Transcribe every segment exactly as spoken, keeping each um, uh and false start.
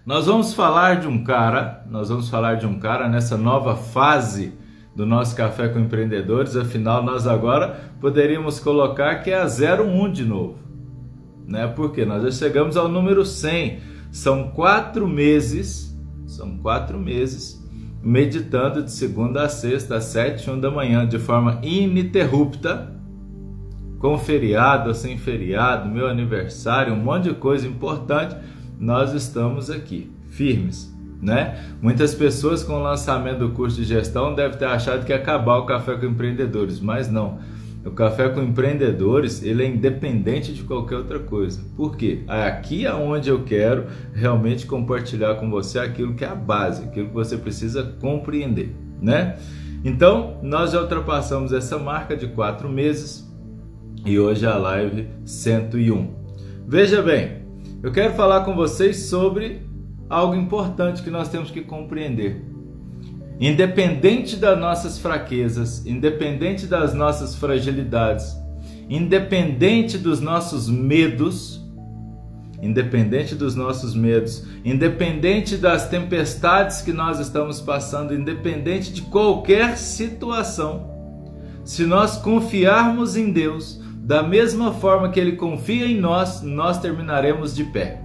Nós vamos falar de um cara, nós vamos falar de um cara nessa nova fase do nosso Café com Empreendedores. Afinal, nós agora poderíamos colocar que é a zero um de novo, né? Porque nós já chegamos ao número cem. São quatro meses, são quatro meses meditando de segunda a sexta, às sete e um da manhã, de forma ininterrupta, com feriado ou sem feriado, meu aniversário, um monte de coisa importante. Nós estamos aqui, firmes, né? Muitas pessoas com o lançamento do curso de gestão devem ter achado que ia acabar o Café com Empreendedores, mas não. O Café com Empreendedores, ele é independente de qualquer outra coisa. Por quê? Aqui é onde eu quero realmente compartilhar com você aquilo que é a base, aquilo que você precisa compreender, né? Então, nós já ultrapassamos essa marca de quatro meses e hoje é a live cento e um. Veja bem, eu quero falar com vocês sobre algo importante que nós temos que compreender. Independente das nossas fraquezas, independente das nossas fragilidades, independente dos nossos medos, independente dos nossos medos, independente das tempestades que nós estamos passando, independente de qualquer situação, se nós confiarmos em Deus, da mesma forma que Ele confia em nós, nós terminaremos de pé.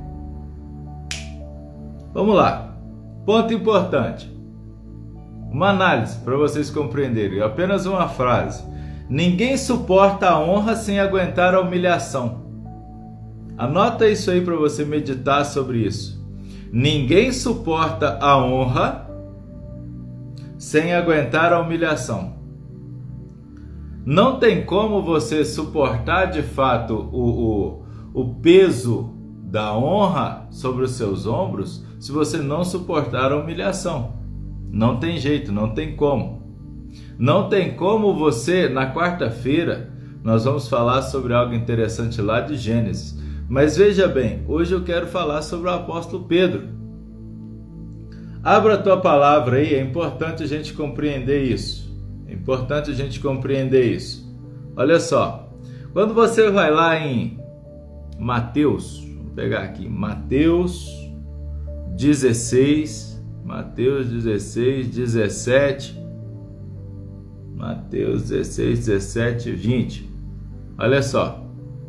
Vamos lá. Ponto importante. Uma análise para vocês compreenderem. Apenas uma frase. Ninguém suporta a honra sem aguentar a humilhação. Anota isso aí para você meditar sobre isso. Ninguém suporta a honra sem aguentar a humilhação. Não tem como você suportar de fato o, o, o peso da honra sobre os seus ombros se você não suportar a humilhação. Não tem jeito, não tem como. Não tem como você, na quarta-feira, nós vamos falar sobre algo interessante lá de Gênesis. Mas veja bem, hoje eu quero falar sobre o apóstolo Pedro. Abra a tua palavra aí, é importante a gente compreender isso. É importante a gente compreender isso. Olha só, quando você vai lá em Mateus, vou pegar aqui, Mateus dezesseis, Mateus dezesseis, dezessete, Mateus dezesseis, dezessete, vinte. Olha só,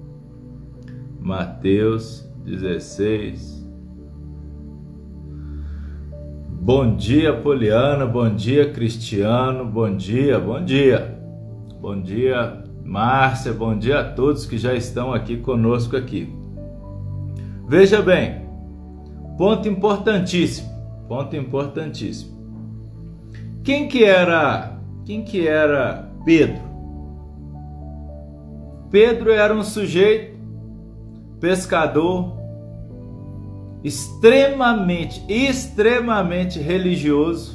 Mateus dezesseis. Bom dia, Poliana, bom dia, Cristiano, bom dia, bom dia. Bom dia, Márcia, bom dia a todos que já estão aqui conosco aqui. Veja bem, ponto importantíssimo, ponto importantíssimo. Quem que era, quem que era Pedro? Pedro era um sujeito pescador, extremamente, extremamente religioso.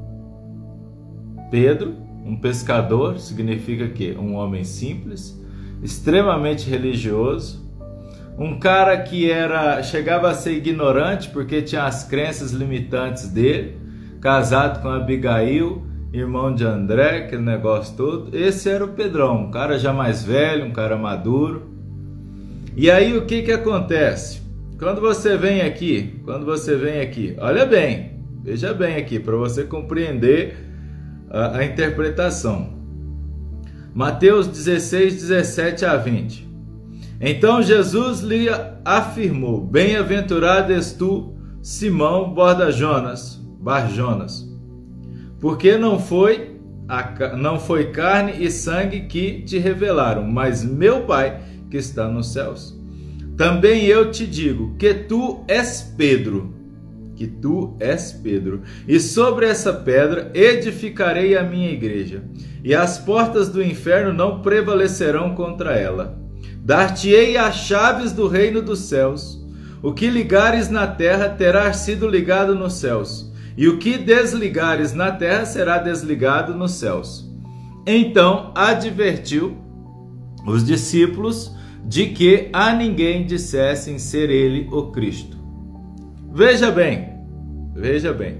Pedro, um pescador, significa que um homem simples, extremamente religioso, um cara que era, chegava a ser ignorante porque tinha as crenças limitantes dele, casado com Abigail, irmão de André, aquele negócio todo. Esse era o Pedrão, um cara já mais velho, um cara maduro. E aí o que que acontece? Quando você vem aqui, quando você vem aqui, olha bem, veja bem aqui, para você compreender a, a interpretação. Mateus dezesseis, dezessete a vinte. Então Jesus lhe afirmou: bem-aventurado és tu, Simão Barjonas, Barjonas, porque não foi, a, não foi carne e sangue que te revelaram, mas meu Pai que está nos céus. Também eu te digo que tu és Pedro, que tu és Pedro, e sobre essa pedra edificarei a minha igreja, e as portas do inferno não prevalecerão contra ela. Dar-te-ei as chaves do reino dos céus. O que ligares na terra terá sido ligado nos céus, e o que desligares na terra será desligado nos céus. Então advertiu os discípulos de que a ninguém dissessem ser ele o Cristo. Veja bem, veja bem.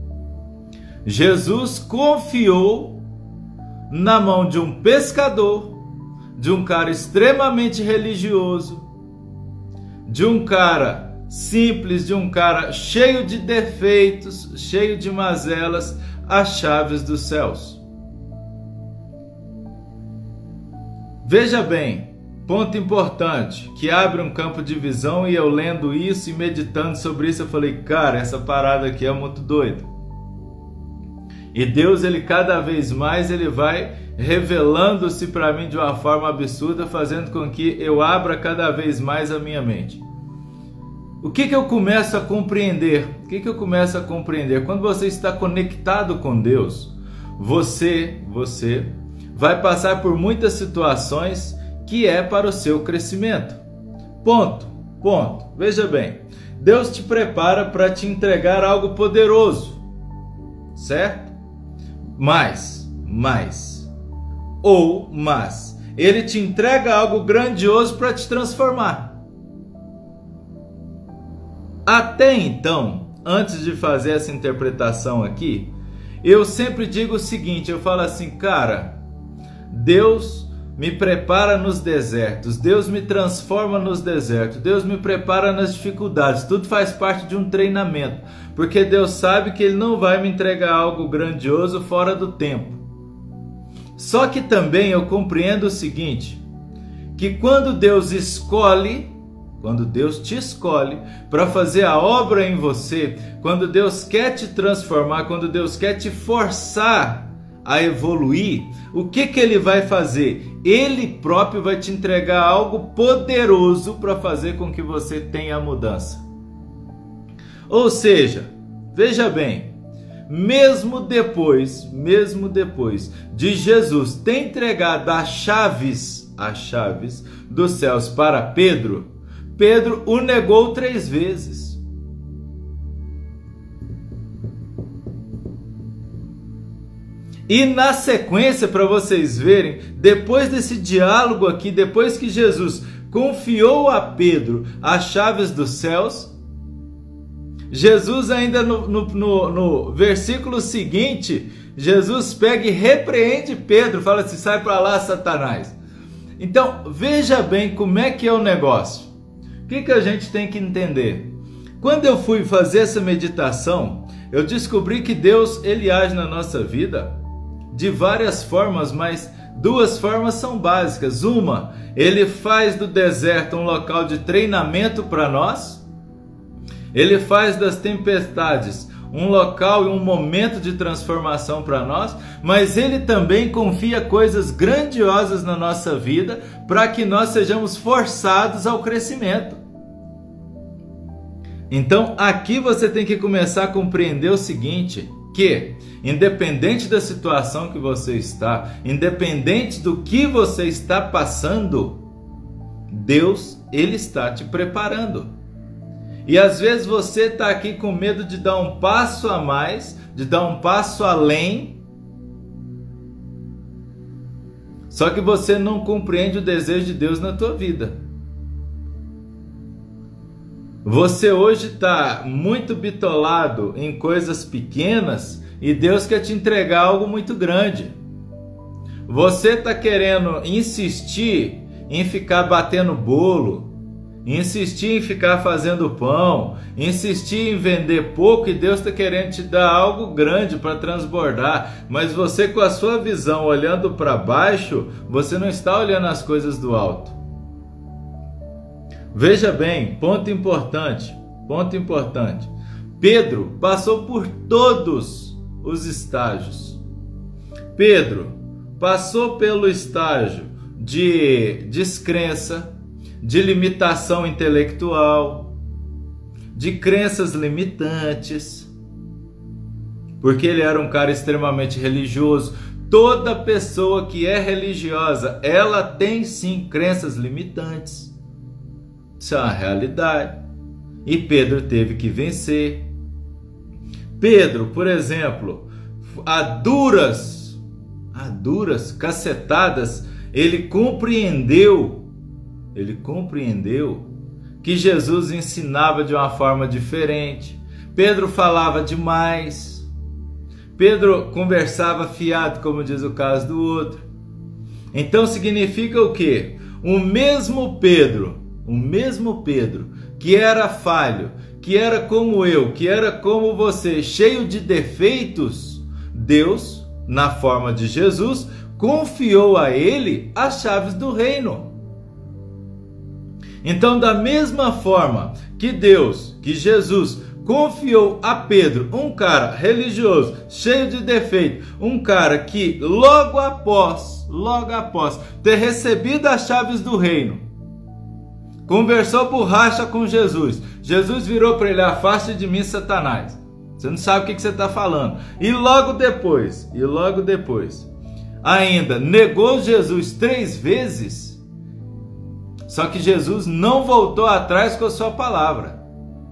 Jesus confiou na mão de um pescador, de um cara extremamente religioso, de um cara simples, de um cara cheio de defeitos, cheio de mazelas, as chaves dos céus. Veja bem, ponto importante, que abre um campo de visão, e eu lendo isso e meditando sobre isso, eu falei, cara, essa parada aqui é muito doida. E Deus, ele cada vez mais, ele vai revelando-se para mim de uma forma absurda, fazendo com que eu abra cada vez mais a minha mente. O que que eu começo a compreender? O que que eu começo a compreender? Quando você está conectado com Deus, você, você vai passar por muitas situações que é para o seu crescimento. Ponto, ponto. Veja bem, Deus te prepara para te entregar algo poderoso, certo? Mas, mas, ou mas, Ele te entrega algo grandioso para te transformar. Até então, antes de fazer essa interpretação aqui, eu sempre digo o seguinte, eu falo assim, cara, Deus me prepara nos desertos, Deus me transforma nos desertos, Deus me prepara nas dificuldades, tudo faz parte de um treinamento, porque Deus sabe que Ele não vai me entregar algo grandioso fora do tempo. Só que também eu compreendo o seguinte, que quando Deus escolhe, quando Deus te escolhe para fazer a obra em você, quando Deus quer te transformar, quando Deus quer te forçar a evoluir, o que que Ele vai fazer? Ele próprio vai te entregar algo poderoso para fazer com que você tenha a mudança. Ou seja, veja bem, mesmo depois, mesmo depois de Jesus ter entregado as chaves, as chaves dos céus para Pedro, Pedro o negou três vezes. E na sequência, para vocês verem, depois desse diálogo aqui, depois que Jesus confiou a Pedro as chaves dos céus, Jesus ainda no, no, no, no versículo seguinte, Jesus pega e repreende Pedro, fala assim, sai para lá, Satanás. Então, veja bem como é que é o negócio. O que, que a gente tem que entender? Quando eu fui fazer essa meditação, eu descobri que Deus, Ele age na nossa vida de várias formas, mas duas formas são básicas. Uma, Ele faz do deserto um local de treinamento para nós. Ele faz das tempestades um local e um momento de transformação para nós, mas Ele também confia coisas grandiosas na nossa vida para que nós sejamos forçados ao crescimento. Então aqui você tem que começar a compreender o seguinte, que independente da situação que você está, independente do que você está passando, Deus, Ele está te preparando. E às vezes você está aqui com medo de dar um passo a mais, de dar um passo além, só que você não compreende o desejo de Deus na tua vida. Você hoje está muito bitolado em coisas pequenas e Deus quer te entregar algo muito grande. Você está querendo insistir em ficar batendo bolo, insistir em ficar fazendo pão, insistir em vender pouco, e Deus está querendo te dar algo grande para transbordar, mas você com a sua visão olhando para baixo, você não está olhando as coisas do alto. Veja bem, ponto importante, ponto importante. Pedro passou por todos os estágios. Pedro passou pelo estágio de descrença, de limitação intelectual, de crenças limitantes, porque ele era um cara extremamente religioso. Toda pessoa que é religiosa, ela tem sim crenças limitantes. Isso é uma realidade. E Pedro teve que vencer. Pedro, por exemplo, a duras, a duras cacetadas, ele compreendeu, ele compreendeu que Jesus ensinava de uma forma diferente. Pedro falava demais. Pedro conversava fiado, como diz o caso do outro. Então significa o quê? O mesmo Pedro, o mesmo Pedro que era falho, que era como eu, que era como você, cheio de defeitos, Deus, na forma de Jesus, confiou a ele as chaves do reino. Então, da mesma forma que Deus, que Jesus, confiou a Pedro, um cara religioso, cheio de defeito, um cara que logo após, logo após ter recebido as chaves do reino, conversou borracha com Jesus. Jesus virou para ele: afaste de mim, Satanás. Você não sabe o que, que você está falando. E logo depois, e logo depois, ainda negou Jesus três vezes. Só que Jesus não voltou atrás com a sua palavra.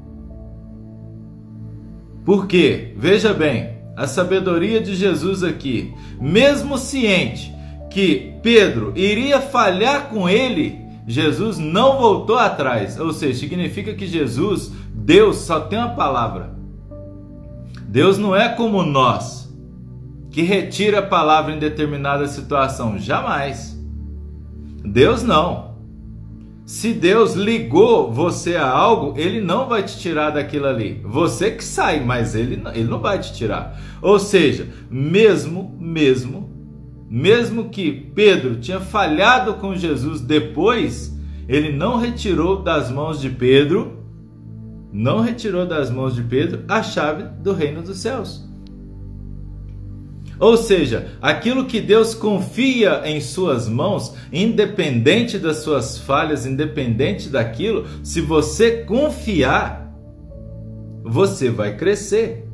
Por quê? Veja bem, a sabedoria de Jesus aqui. Mesmo ciente que Pedro iria falhar com ele, Jesus não voltou atrás. Ou seja, significa que Jesus, Deus, só tem uma palavra. Deus não é como nós, que retira a palavra em determinada situação. Jamais. Deus não. Se Deus ligou você a algo, Ele não vai te tirar daquilo ali. Você que sai, mas Ele, ele não vai te tirar. Ou seja, mesmo, mesmo, mesmo que Pedro tinha falhado com Jesus depois, Ele não retirou das mãos de Pedro, não retirou das mãos de Pedro a chave do reino dos céus. Ou seja, aquilo que Deus confia em suas mãos, independente das suas falhas, independente daquilo, se você confiar, você vai crescer.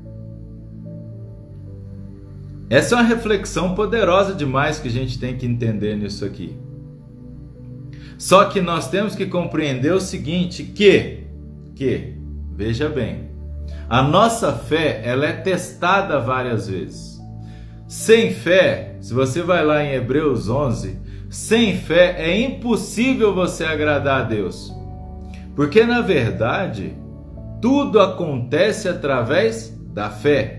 Essa é uma reflexão poderosa demais que a gente tem que entender nisso aqui. Só que nós temos que compreender o seguinte, que, que, veja bem, a nossa fé, ela é testada várias vezes. Sem fé, se você vai lá em Hebreus onze, sem fé é impossível você agradar a Deus. Porque na verdade, tudo acontece através da fé.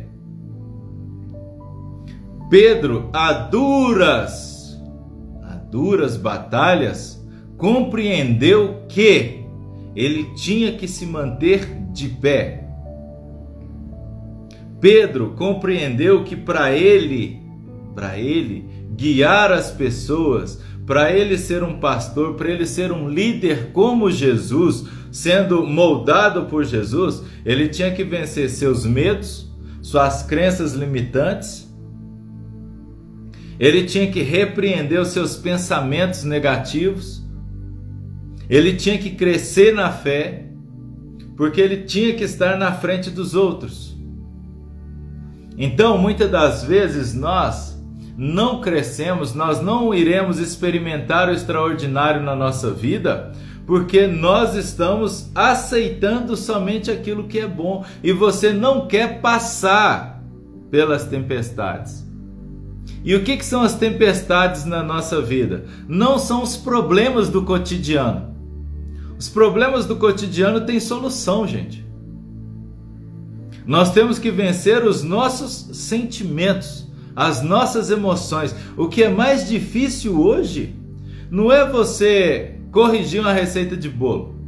Pedro, a duras, a duras batalhas, compreendeu que ele tinha que se manter de pé. Pedro compreendeu que para ele, para ele guiar as pessoas, para ele ser um pastor, para ele ser um líder como Jesus, sendo moldado por Jesus, ele tinha que vencer seus medos, suas crenças limitantes. Ele tinha que repreender os seus pensamentos negativos. Ele tinha que crescer na fé, porque ele tinha que estar na frente dos outros. Então, muitas das vezes nós não crescemos, nós não iremos experimentar o extraordinário na nossa vida, porque nós estamos aceitando somente aquilo que é bom e você não quer passar pelas tempestades. E o que, que são as tempestades na nossa vida? Não são os problemas do cotidiano. Os problemas do cotidiano têm solução, gente. Nós temos que vencer os nossos sentimentos, as nossas emoções. O que é mais difícil hoje não é você corrigir uma receita de bolo.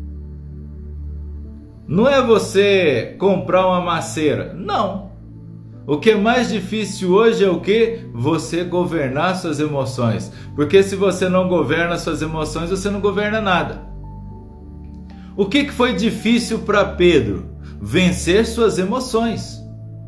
Não é você comprar uma maceira. Não. O que é mais difícil hoje é o quê? Você governar suas emoções. Porque se você não governa suas emoções, você não governa nada. O que foi difícil para Pedro? Vencer suas emoções.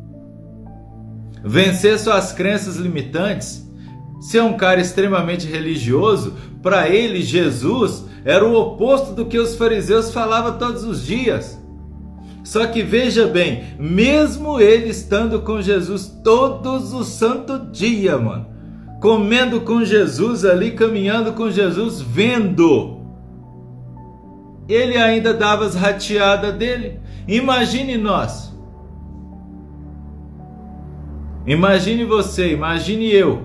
Vencer suas crenças limitantes. Ser um cara extremamente religioso, para ele Jesus era o oposto do que os fariseus falavam todos os dias. Só que veja bem, mesmo ele estando com Jesus todos os santos dias, mano, comendo com Jesus ali, caminhando com Jesus, vendo, ele ainda dava as rateadas dele. Imagine nós. Imagine você, imagine eu.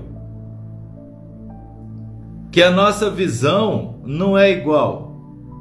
Que a nossa visão não é igual.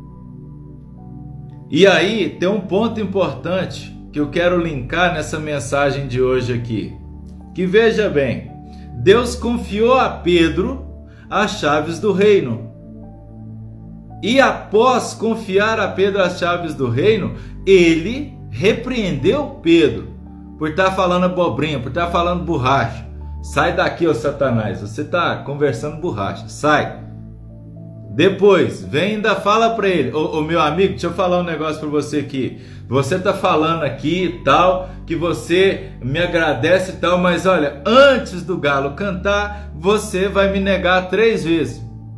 E aí tem um ponto importante que eu quero linkar nessa mensagem de hoje aqui. Que veja bem, Deus confiou a Pedro as chaves do reino. E após confiar a Pedro as chaves do reino, ele repreendeu Pedro por estar falando abobrinha, por estar falando borracha. Sai daqui, ô Satanás, você está conversando borracha, sai. Depois, vem e ainda fala para ele, ô, ô meu amigo, deixa eu falar um negócio para você aqui. Você tá falando aqui e tal, que você me agradece e tal, mas olha, antes do galo cantar, você vai me negar três vezes.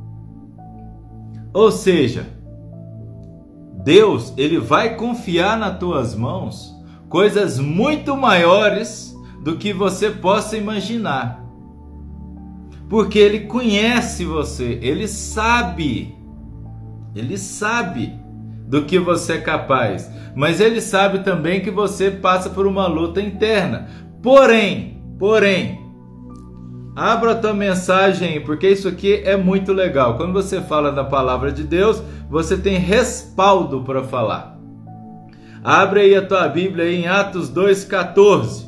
Ou seja, Deus, ele vai confiar nas tuas mãos coisas muito maiores do que você possa imaginar. Porque ele conhece você, ele sabe, ele sabe do que você é capaz, mas ele sabe também que você passa por uma luta interna. Porém, porém, abra a tua mensagem aí, porque isso aqui é muito legal. Quando você fala da palavra de Deus, você tem respaldo para falar. Abre aí a tua Bíblia aí em Atos dois, quatorze.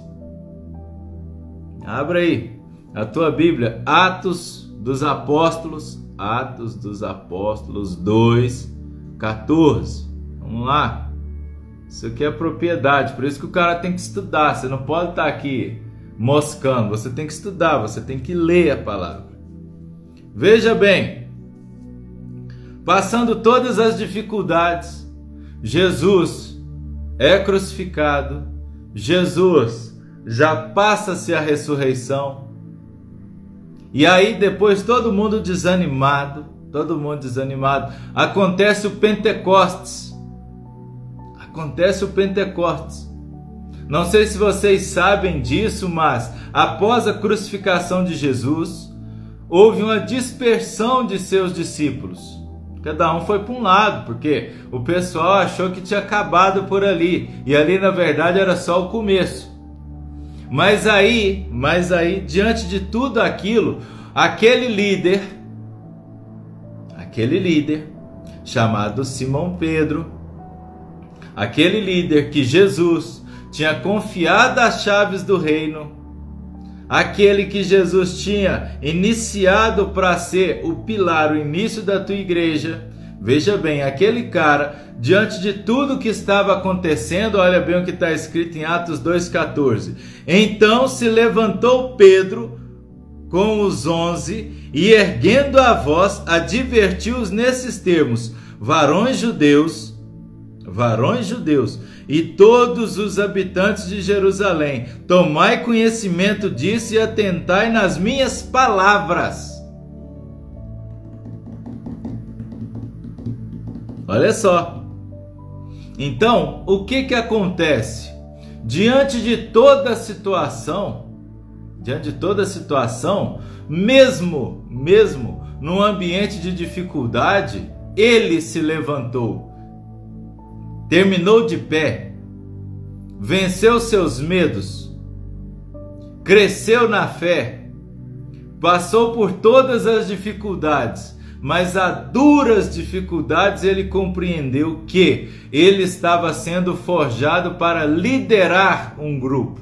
Abre aí a tua Bíblia, Atos dos Apóstolos, Atos dos Apóstolos dois, quatorze. Vamos lá. Isso aqui é propriedade, por isso que o cara tem que estudar. Você não pode estar aqui moscando, você tem que estudar, você tem que ler a palavra. Veja bem, passando todas as dificuldades, Jesus é crucificado, Jesus já passa-se a ressurreição, e aí depois todo mundo desanimado, todo mundo desanimado, acontece o Pentecostes, acontece o Pentecostes. Não sei se vocês sabem disso, mas após a crucificação de Jesus, houve uma dispersão de seus discípulos. Cada um foi para um lado, porque o pessoal achou que tinha acabado por ali, e ali na verdade era só o começo. Mas aí, mas aí, diante de tudo aquilo, aquele líder, aquele líder chamado Simão Pedro, aquele líder que Jesus tinha confiado as chaves do reino, aquele que Jesus tinha iniciado para ser o pilar, o início da tua igreja. Veja bem, aquele cara, diante de tudo que estava acontecendo, olha bem o que está escrito em Atos dois, quatorze. Então se levantou Pedro com os onze e, erguendo a voz, advertiu-os nesses termos: varões judeus, varões judeus, e todos os habitantes de Jerusalém, tomai conhecimento disso e atentai nas minhas palavras. Olha só. Então, o que que acontece? Diante de toda a situação, diante de toda a situação, mesmo, mesmo num ambiente de dificuldade, ele se levantou, terminou de pé, venceu seus medos, cresceu na fé, passou por todas as dificuldades, mas a duras dificuldades ele compreendeu que ele estava sendo forjado para liderar um grupo.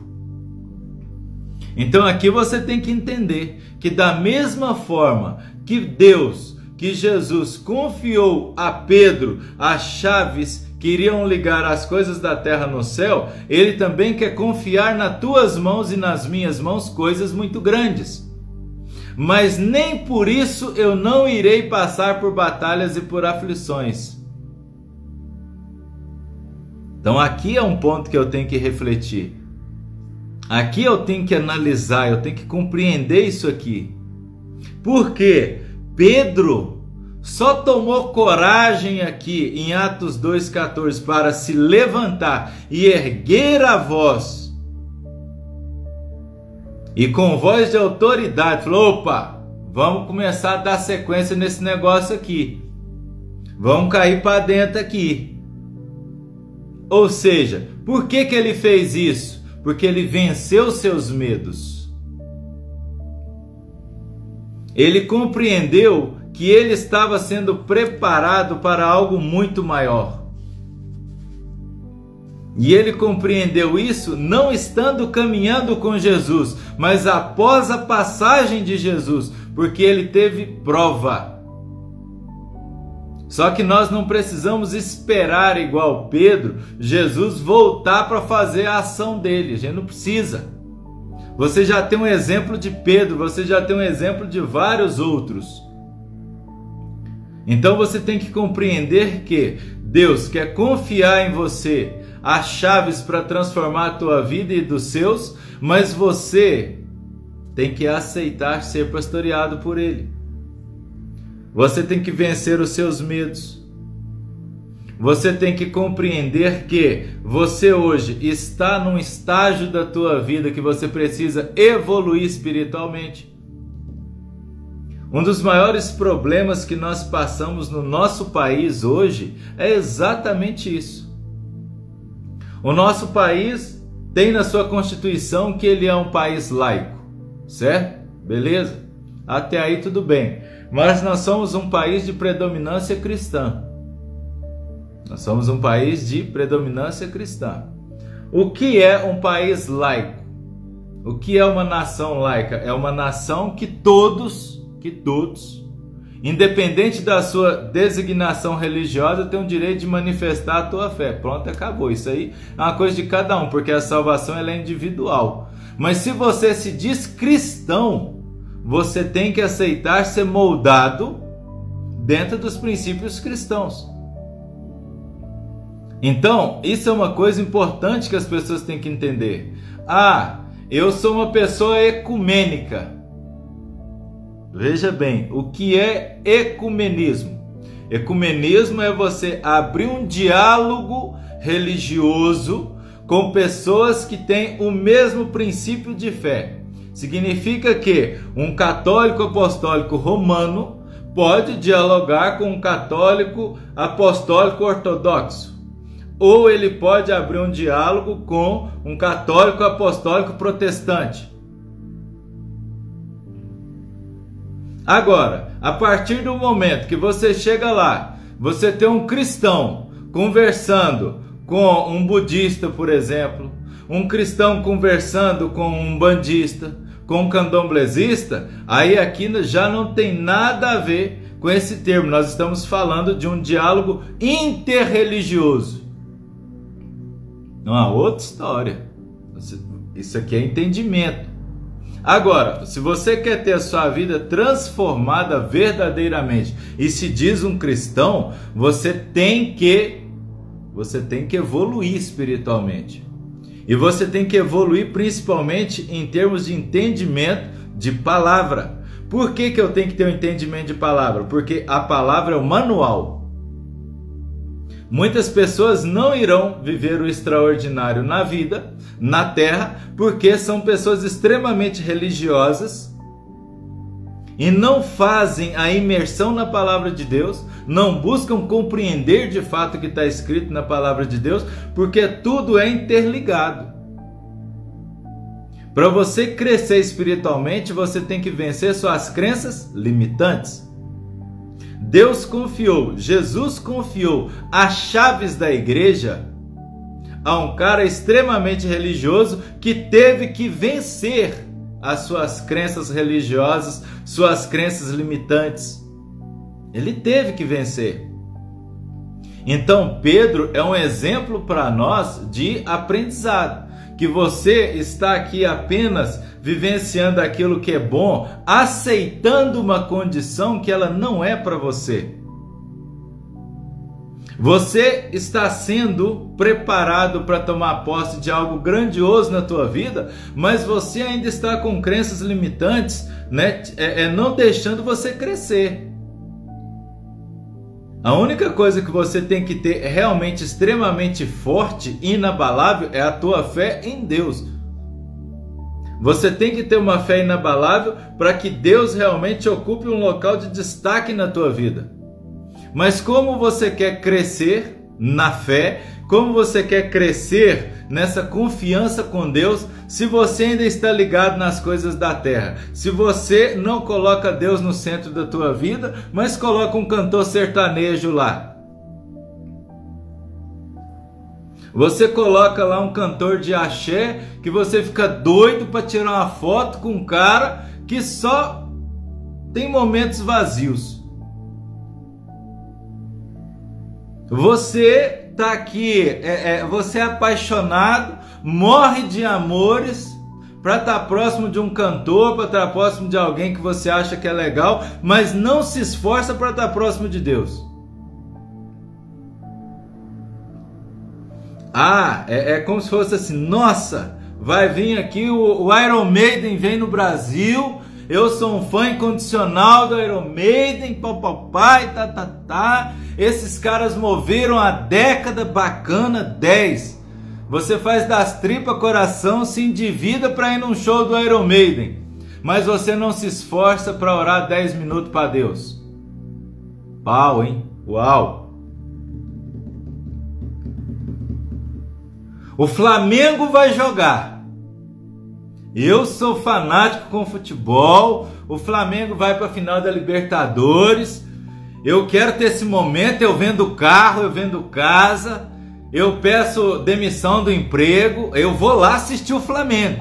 Então aqui você tem que entender que da mesma forma que Deus, que Jesus confiou a Pedro as chaves que iriam ligar as coisas da terra no céu, ele também quer confiar nas tuas mãos e nas minhas mãos coisas muito grandes. Mas nem por isso eu não irei passar por batalhas e por aflições. Então aqui é um ponto que eu tenho que refletir. Aqui eu tenho que analisar, eu tenho que compreender isso aqui. Porque Pedro só tomou coragem aqui em Atos dois, quatorze para se levantar e erguer a voz. E com voz de autoridade falou: opa, vamos começar a dar sequência nesse negócio aqui. Vamos cair para dentro aqui. Ou seja, por que que ele fez isso? Porque ele venceu seus medos. Ele compreendeu que ele estava sendo preparado para algo muito maior. E ele compreendeu isso não estando caminhando com Jesus, mas após a passagem de Jesus, porque ele teve prova. Só que nós não precisamos esperar, igual Pedro, Jesus voltar para fazer a ação dele. A gente não precisa. Você já tem um exemplo de Pedro, você já tem um exemplo de vários outros. Então você tem que compreender que Deus quer confiar em você as chaves para transformar a tua vida e dos seus, mas você tem que aceitar ser pastoreado por Ele. Você tem que vencer os seus medos. Você tem que compreender que você hoje está num estágio da tua vida que você precisa evoluir espiritualmente. Um dos maiores problemas que nós passamos no nosso país hoje é exatamente isso. O nosso país tem na sua Constituição que ele é um país laico, certo? Beleza? Até aí tudo bem. Mas nós somos um país de predominância cristã. Nós somos um país de predominância cristã. O que é um país laico? O que é uma nação laica? É uma nação que todos, que todos, independente da sua designação religiosa, tem o direito de manifestar a tua fé. Pronto, acabou. Isso aí é uma coisa de cada um, porque a salvação ela é individual. Mas se você se diz cristão, você tem que aceitar ser moldado dentro dos princípios cristãos. Então, isso é uma coisa importante que as pessoas têm que entender. Ah, eu sou uma pessoa ecumênica. Veja bem, o que é ecumenismo? Ecumenismo é você abrir um diálogo religioso com pessoas que têm o mesmo princípio de fé. Significa que um católico apostólico romano pode dialogar com um católico apostólico ortodoxo. Ou ele pode abrir um diálogo com um católico apostólico protestante. Agora, a partir do momento que você chega lá, você tem um cristão conversando com um budista, por exemplo, um cristão conversando com um bandista, com um candomblessista, aí aqui já não tem nada a ver com esse termo. Nós estamos falando de um diálogo interreligioso. Uma outra história. Isso aqui é entendimento. Agora, se você quer ter a sua vida transformada verdadeiramente e se diz um cristão, você tem que você tem que evoluir espiritualmente. E você tem que evoluir principalmente em termos de entendimento de palavra. Por que que eu tenho que ter um entendimento de palavra? Porque a palavra é o manual. Muitas pessoas não irão viver o extraordinário na vida, na terra, porque são pessoas extremamente religiosas e não fazem a imersão na palavra de Deus, não buscam compreender de fato o que está escrito na palavra de Deus, porque tudo é interligado. Para você crescer espiritualmente, você tem que vencer suas crenças limitantes. Deus confiou, Jesus confiou as chaves da igreja a um cara extremamente religioso que teve que vencer as suas crenças religiosas, suas crenças limitantes. Ele teve que vencer. Então Pedro é um exemplo para nós de aprendizado. Que você está aqui apenas vivenciando aquilo que é bom, aceitando uma condição que ela não é para você. Você está sendo preparado para tomar posse de algo grandioso na tua vida, mas você ainda está com crenças limitantes, né? é, é não deixando você crescer. A única coisa que você tem que ter realmente extremamente forte e inabalável é a tua fé em Deus. Você tem que ter uma fé inabalável para que Deus realmente ocupe um local de destaque na tua vida. Mas como você quer crescer na fé, como você quer crescer nessa confiança com Deus, se você ainda está ligado nas coisas da terra? Se você não coloca Deus no centro da tua vida, mas coloca um cantor sertanejo lá. Você coloca lá um cantor de axé que você fica doido para tirar uma foto com um cara que só tem momentos vazios. Você tá aqui, é, é, você é apaixonado, morre de amores para estar próximo de um cantor, para estar próximo de alguém que você acha que é legal, mas não se esforça para estar próximo de Deus. Ah, é, é como se fosse assim, nossa, vai vir aqui o, o Iron Maiden, vem no Brasil, eu sou um fã incondicional do Iron Maiden, papai, tá, tá, tá. Esses caras moveram a década, bacana, dez. Você faz das tripas coração, se endivida para ir num show do Iron Maiden, mas você não se esforça para orar dez minutos para Deus. Uau, hein? Uau! O Flamengo vai jogar. Eu sou fanático com futebol. O Flamengo vai para a final da Libertadores. Eu quero ter esse momento. Eu vendo carro, eu vendo casa. Eu peço demissão do emprego. Eu vou lá assistir o Flamengo.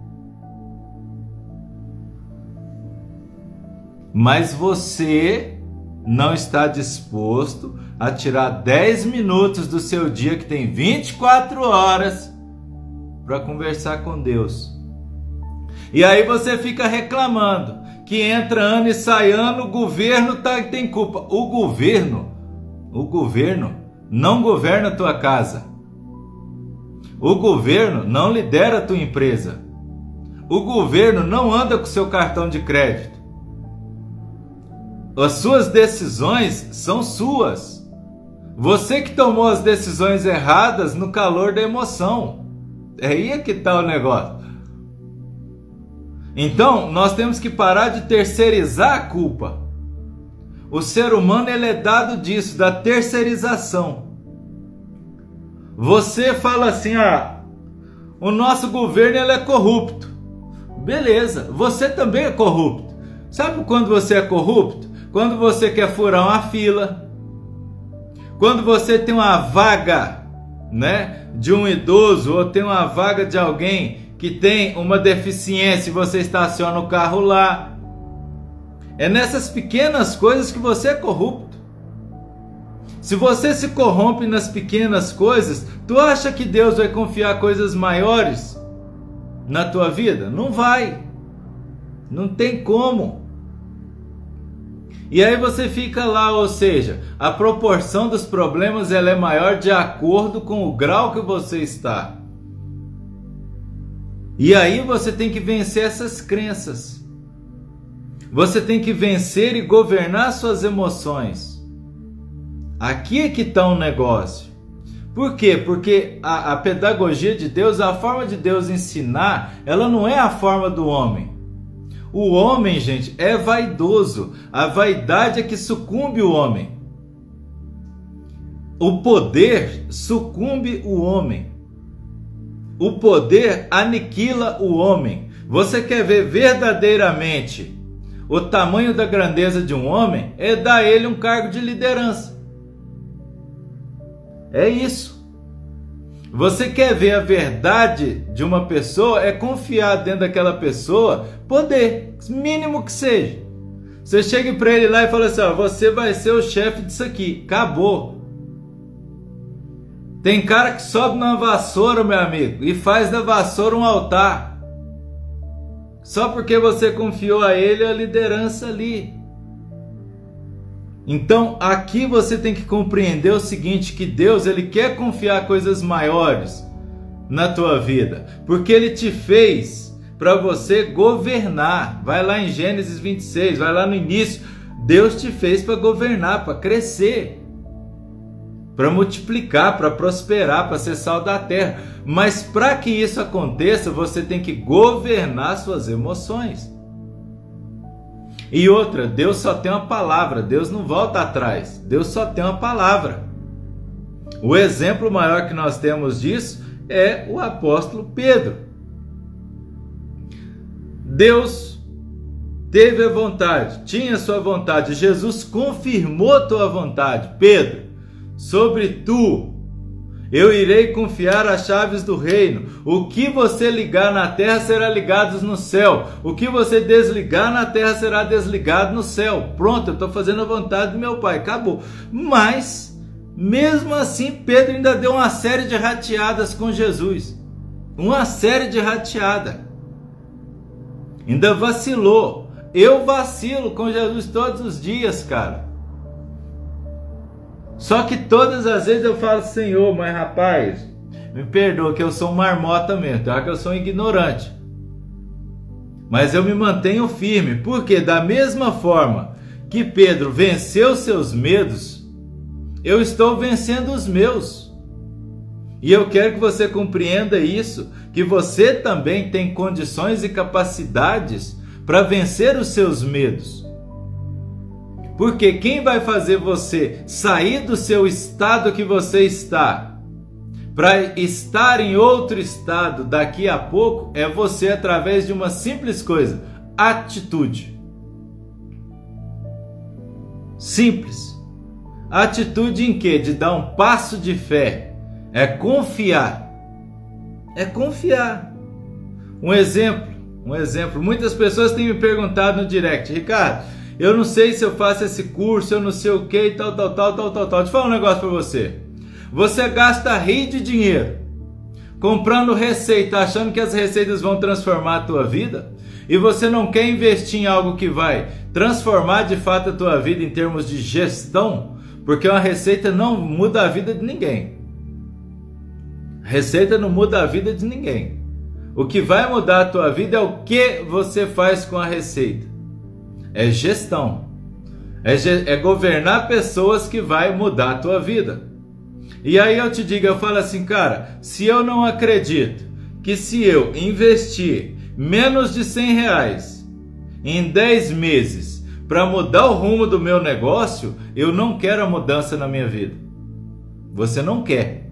Mas você não está disposto a tirar dez minutos do seu dia, que tem vinte e quatro horas, para conversar com Deus. E aí você fica reclamando que entra ano e sai ano, o governo tá, tem culpa. O governo, o governo não governa a tua casa. O governo não lidera a tua empresa. O governo não anda com seu cartão de crédito. As suas decisões são suas. Você que tomou as decisões erradas no calor da emoção. É aí que está o negócio. Então, nós temos que parar de terceirizar a culpa. O ser humano ele é dado disso, da terceirização. Você fala assim, ah, o nosso governo ele é corrupto. Beleza, você também é corrupto. Sabe quando você é corrupto? Quando você quer furar uma fila. Quando você tem uma vaga, né, de um idoso, ou tem uma vaga de alguém que tem uma deficiência e você estaciona o carro lá. É nessas pequenas coisas que você é corrupto. Se você se corrompe nas pequenas coisas, tu acha que Deus vai confiar coisas maiores na tua vida? Não vai. Não tem como. E aí você fica lá, ou seja, a proporção dos problemas ela é maior de acordo com o grau que você está. E aí você tem que vencer essas crenças. Você tem que vencer e governar suas emoções. Aqui é que está um negócio. Por quê? Porque a, a pedagogia de Deus, a forma de Deus ensinar, ela não é a forma do homem. O homem, gente, é vaidoso. A vaidade é que sucumbe o homem. O poder sucumbe o homem. O poder aniquila o homem. Você quer ver verdadeiramente o tamanho da grandeza de um homem? É dar a ele um cargo de liderança. É isso. Você quer ver a verdade de uma pessoa? É confiar dentro daquela pessoa poder, mínimo que seja. Você chega para ele lá e fala assim, ó, você vai ser o chefe disso aqui. Acabou. Tem cara que sobe numa vassoura, meu amigo, e faz da vassoura um altar. Só porque você confiou a ele a liderança ali. Então, aqui você tem que compreender o seguinte, que Deus ele quer confiar coisas maiores na tua vida, porque ele te fez para você governar. Vai lá em Gênesis vinte e seis, vai lá no início. Deus te fez para governar, para crescer, para multiplicar, para prosperar, para ser sal da terra. Mas para que isso aconteça, você tem que governar suas emoções. E outra, Deus só tem uma palavra, Deus não volta atrás, Deus só tem uma palavra. O exemplo maior que nós temos disso é o apóstolo Pedro. Deus teve a vontade, tinha a sua vontade, Jesus confirmou a tua vontade. Pedro, sobre tu eu irei confiar as chaves do reino. O que você ligar na terra será ligado no céu. O que você desligar na terra será desligado no céu. Pronto, eu estou fazendo a vontade do meu Pai. Acabou. Mas Mesmo assim, Pedro ainda deu uma série de rateadas com Jesus. Uma série de rateadas. Ainda vacilou. Eu vacilo com Jesus todos os dias, cara. Só que todas as vezes eu falo, Senhor, mas rapaz, me perdoa que eu sou um marmota mesmo, tá? Que eu sou um ignorante. Mas eu me mantenho firme, porque da mesma forma que Pedro venceu seus medos, eu estou vencendo os meus. E eu quero que você compreenda isso, que você também tem condições e capacidades para vencer os seus medos. Porque quem vai fazer você sair do seu estado que você está para estar em outro estado daqui a pouco é você, através de uma simples coisa: atitude. Simples. Atitude em quê? De dar um passo de fé. É confiar. É confiar. Um exemplo, um exemplo. Muitas pessoas têm me perguntado no direct: Ricardo, eu não sei se eu faço esse curso, eu não sei o que, tal, tal, tal, tal, tal, tal. Deixa eu falar um negócio para você. Você gasta rio de dinheiro comprando receita, achando que as receitas vão transformar a tua vida, e você não quer investir em algo que vai transformar de fato a tua vida em termos de gestão, porque uma receita não muda a vida de ninguém. Receita não muda a vida de ninguém. O que vai mudar a tua vida é o que você faz com a receita. É gestão. É, ge- é governar pessoas que vai mudar a tua vida. E aí eu te digo, eu falo assim, cara, se eu não acredito que se eu investir menos de cem reais em dez meses para mudar o rumo do meu negócio, eu não quero a mudança na minha vida. Você não quer.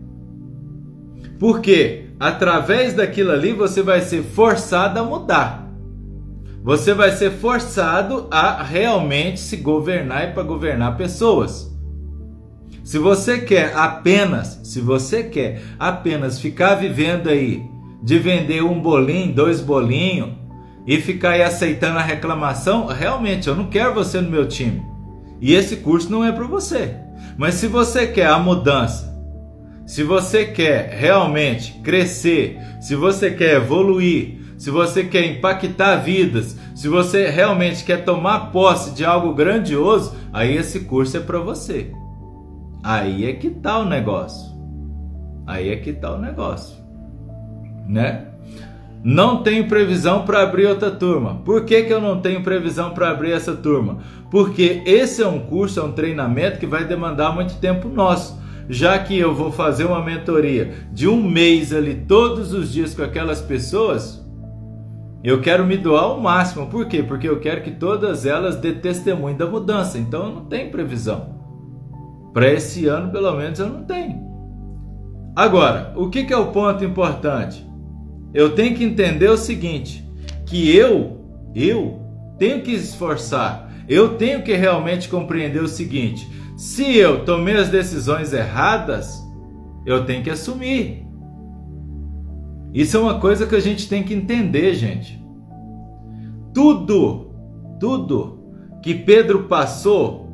Porque através daquilo ali você vai ser forçado a mudar. Você vai ser forçado a realmente se governar e para governar pessoas. Se você quer apenas, se você quer apenas ficar vivendo aí de vender um bolinho, dois bolinhos e ficar aí aceitando a reclamação, realmente eu não quero você no meu time. E esse curso não é para você. Mas se você quer a mudança, se você quer realmente crescer, se você quer evoluir, se você quer impactar vidas, se você realmente quer tomar posse de algo grandioso, aí esse curso é para você. Aí é que tá o negócio. Aí é que tá o negócio, né? Não tenho previsão para abrir outra turma. Por que que eu não tenho previsão para abrir essa turma? Porque esse é um curso, é um treinamento que vai demandar muito tempo nosso. Já que eu vou fazer uma mentoria de um mês ali todos os dias com aquelas pessoas, eu quero me doar ao máximo. Por quê? Porque eu quero que todas elas dê testemunho da mudança. Então eu não tenho previsão. Para esse ano, pelo menos, eu não tenho. Agora, o que que é o ponto importante? Eu tenho que entender o seguinte, que eu, eu tenho que esforçar, eu tenho que realmente compreender o seguinte: se eu tomei as decisões erradas, eu tenho que assumir. Isso é uma coisa que a gente tem que entender, gente. Tudo, tudo que Pedro passou,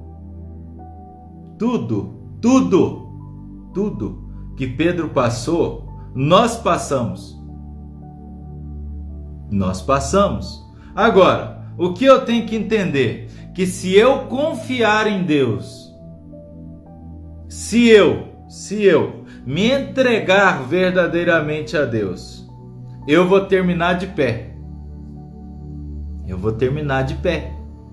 tudo, tudo, tudo que Pedro passou, nós passamos. Nós passamos. Agora, o que eu tenho que entender? Que se eu confiar em Deus, se eu, se eu me entregar verdadeiramente a Deus, eu vou terminar de pé. Eu vou terminar de pé.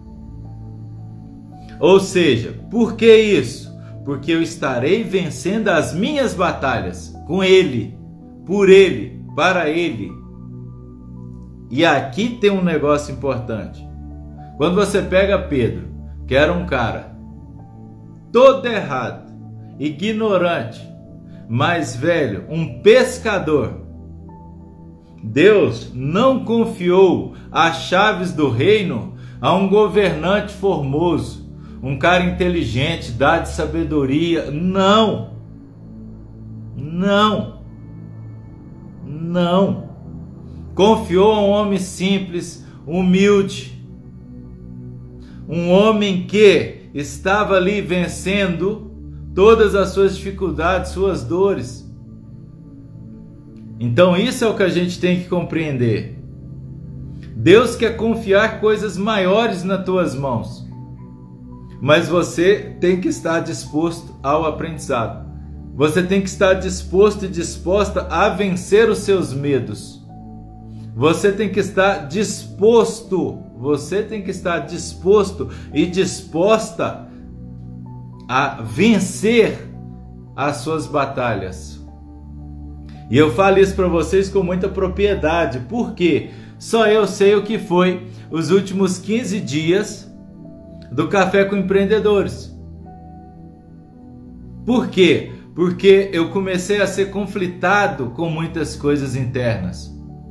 Ou seja, por que isso? Porque eu estarei vencendo as minhas batalhas com Ele, por Ele, para Ele. E aqui tem um negócio importante. Quando você pega Pedro, que era um cara todo errado, ignorante, mais velho, um pescador, Deus não confiou as chaves do reino a um governante formoso, um cara inteligente, dado de sabedoria. Não, não, não. Confiou a um homem simples, humilde, um homem que estava ali vencendo todas as suas dificuldades, suas dores. Então isso é o que a gente tem que compreender. Deus quer confiar coisas maiores nas tuas mãos, mas você tem que estar disposto ao aprendizado. Você tem que estar disposto e disposta a vencer os seus medos. Você tem que estar disposto, você tem que estar disposto e disposta a vencer as suas batalhas. E eu falo isso para vocês com muita propriedade, porque só eu sei o que foi os últimos quinze dias do Café com Empreendedores. Por quê? Porque eu comecei a ser conflitado com muitas coisas internas.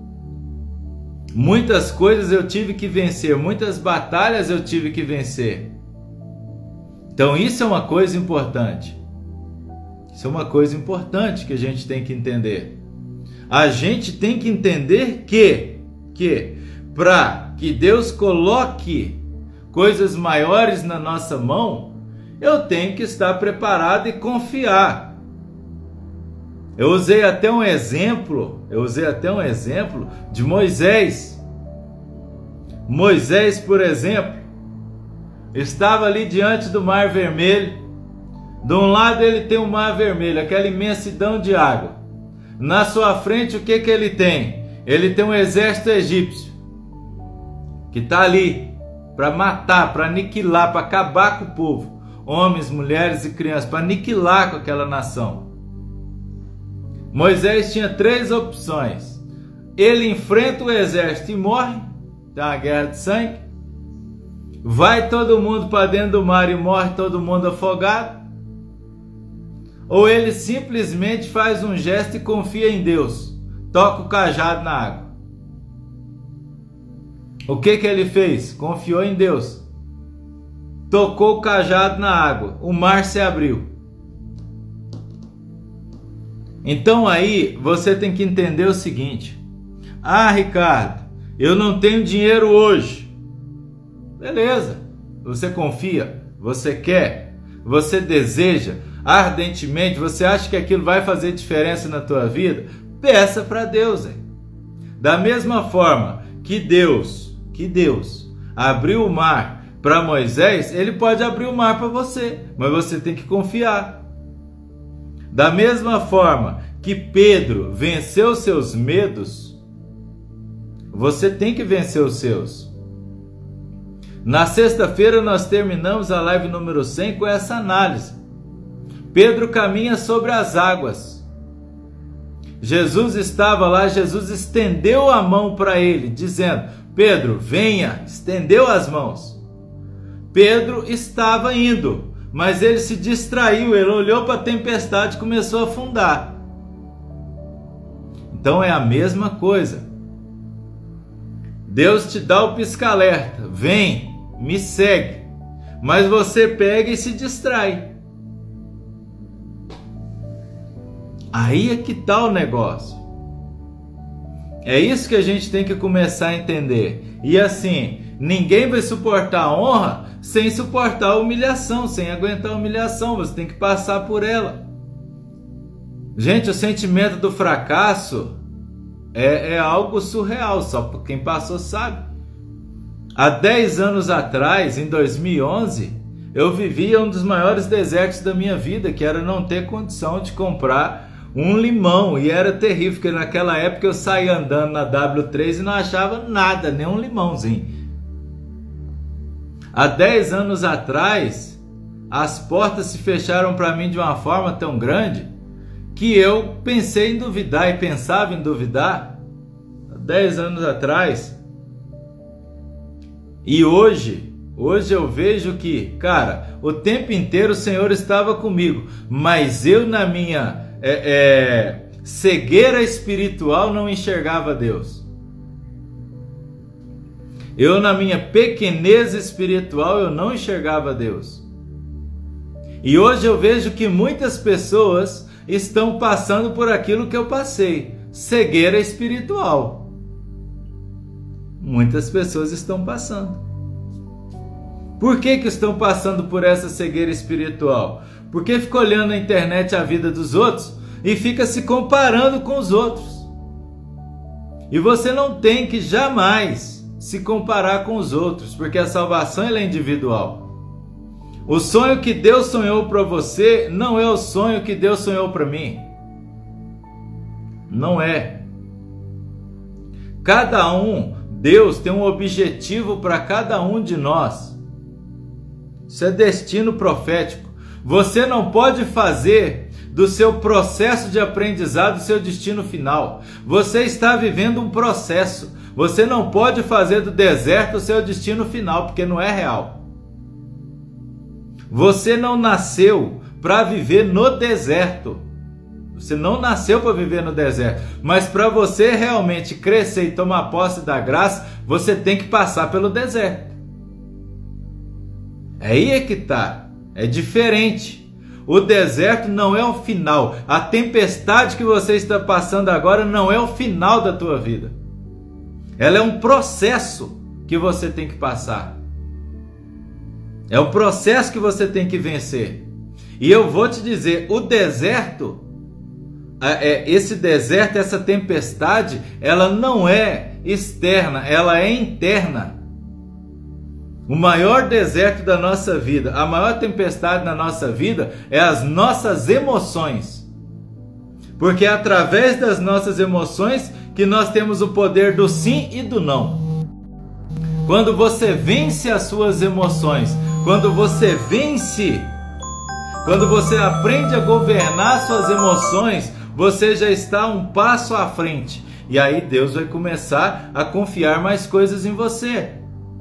Muitas coisas eu tive que vencer, muitas batalhas eu tive que vencer. Então isso é uma coisa importante. Isso é uma coisa importante que a gente tem que entender. A gente tem que entender que, que para que Deus coloque coisas maiores na nossa mão, eu tenho que estar preparado e confiar. Eu usei até um exemplo, eu usei até um exemplo de Moisés. Moisés, por exemplo, estava ali diante do Mar Vermelho. De um lado ele tem o Mar Vermelho, aquela imensidão de água. Na sua frente o que que ele tem? Ele tem um exército egípcio que está ali para matar, para aniquilar, para acabar com o povo. Homens, mulheres e crianças, para aniquilar com aquela nação. Moisés tinha três opções. Ele enfrenta o exército e morre, tem uma guerra de sangue. Vai todo mundo para dentro do mar e morre todo mundo afogado. Ou ele simplesmente faz um gesto e confia em Deus, toca o cajado na água. O que que ele fez? Confiou em Deus, tocou o cajado na água, o mar se abriu. Então aí você tem que entender o seguinte: ah, Ricardo, eu não tenho dinheiro hoje. Beleza, você confia, você quer, você deseja ardentemente, você acha que aquilo vai fazer diferença na tua vida? Peça para Deus, hein? Da mesma forma que Deus, que Deus abriu o mar para Moisés, ele pode abrir o mar para você, mas você tem que confiar. Da mesma forma que Pedro venceu seus medos, você tem que vencer os seus. Na sexta-feira nós terminamos a live número cem com essa análise. Pedro caminha sobre as águas. Jesus estava lá, Jesus estendeu a mão para ele, dizendo: Pedro, venha, estendeu as mãos. Pedro estava indo, mas ele se distraiu, ele olhou para a tempestade e começou a afundar. Então é a mesma coisa. Deus te dá o pisca-alerta, vem, me segue, mas você pega e se distrai. Aí é que está o negócio. É isso que a gente tem que começar a entender. E assim, ninguém vai suportar a honra sem suportar a humilhação, sem aguentar a humilhação. Você tem que passar por ela. Gente, o sentimento do fracasso é, é algo surreal, só quem passou sabe. Há dez anos atrás, em dois mil e onze, eu vivia um dos maiores desertos da minha vida, que era não ter condição de comprar um limão, e era terrível, porque naquela época eu saía andando na dáblio três e não achava nada, nem um limãozinho. Há dez anos atrás, as portas se fecharam para mim de uma forma tão grande que eu pensei em duvidar e pensava em duvidar há dez anos atrás. E hoje, hoje eu vejo que, cara, o tempo inteiro o Senhor estava comigo, mas eu na minha é, é, cegueira espiritual não enxergava Deus. Eu na minha pequenez espiritual eu não enxergava Deus. E hoje eu vejo que muitas pessoas estão passando por aquilo que eu passei, cegueira espiritual. Muitas pessoas estão passando. Por que que estão passando por essa cegueira espiritual? Porque fica olhando na internet a vida dos outros e fica se comparando com os outros. E você não tem que jamais se comparar com os outros, porque a salvação ela é individual. O sonho que Deus sonhou para você não é o sonho que Deus sonhou para mim. Não é. Cada um, Deus tem um objetivo para cada um de nós. Isso é destino profético. Você não pode fazer do seu processo de aprendizado seu destino final. Você está vivendo um processo. Você não pode fazer do deserto o seu destino final, porque não é real. Você não nasceu para viver no deserto. Você não nasceu para viver no deserto. Mas para você realmente crescer e tomar posse da graça, você tem que passar pelo deserto. Aí é que tá. É diferente. O deserto não é o final. A tempestade que você está passando agora não é o final da tua vida. Ela é um processo que você tem que passar. É um processo que você tem que vencer. E eu vou te dizer, o deserto, esse deserto, essa tempestade, ela não é externa, ela é interna. O maior deserto da nossa vida, a maior tempestade na nossa vida é as nossas emoções. Porque é através das nossas emoções que nós temos o poder do sim e do não. Quando você vence as suas emoções, quando você vence, quando você aprende a governar suas emoções, você já está um passo à frente. E aí Deus vai começar a confiar mais coisas em você.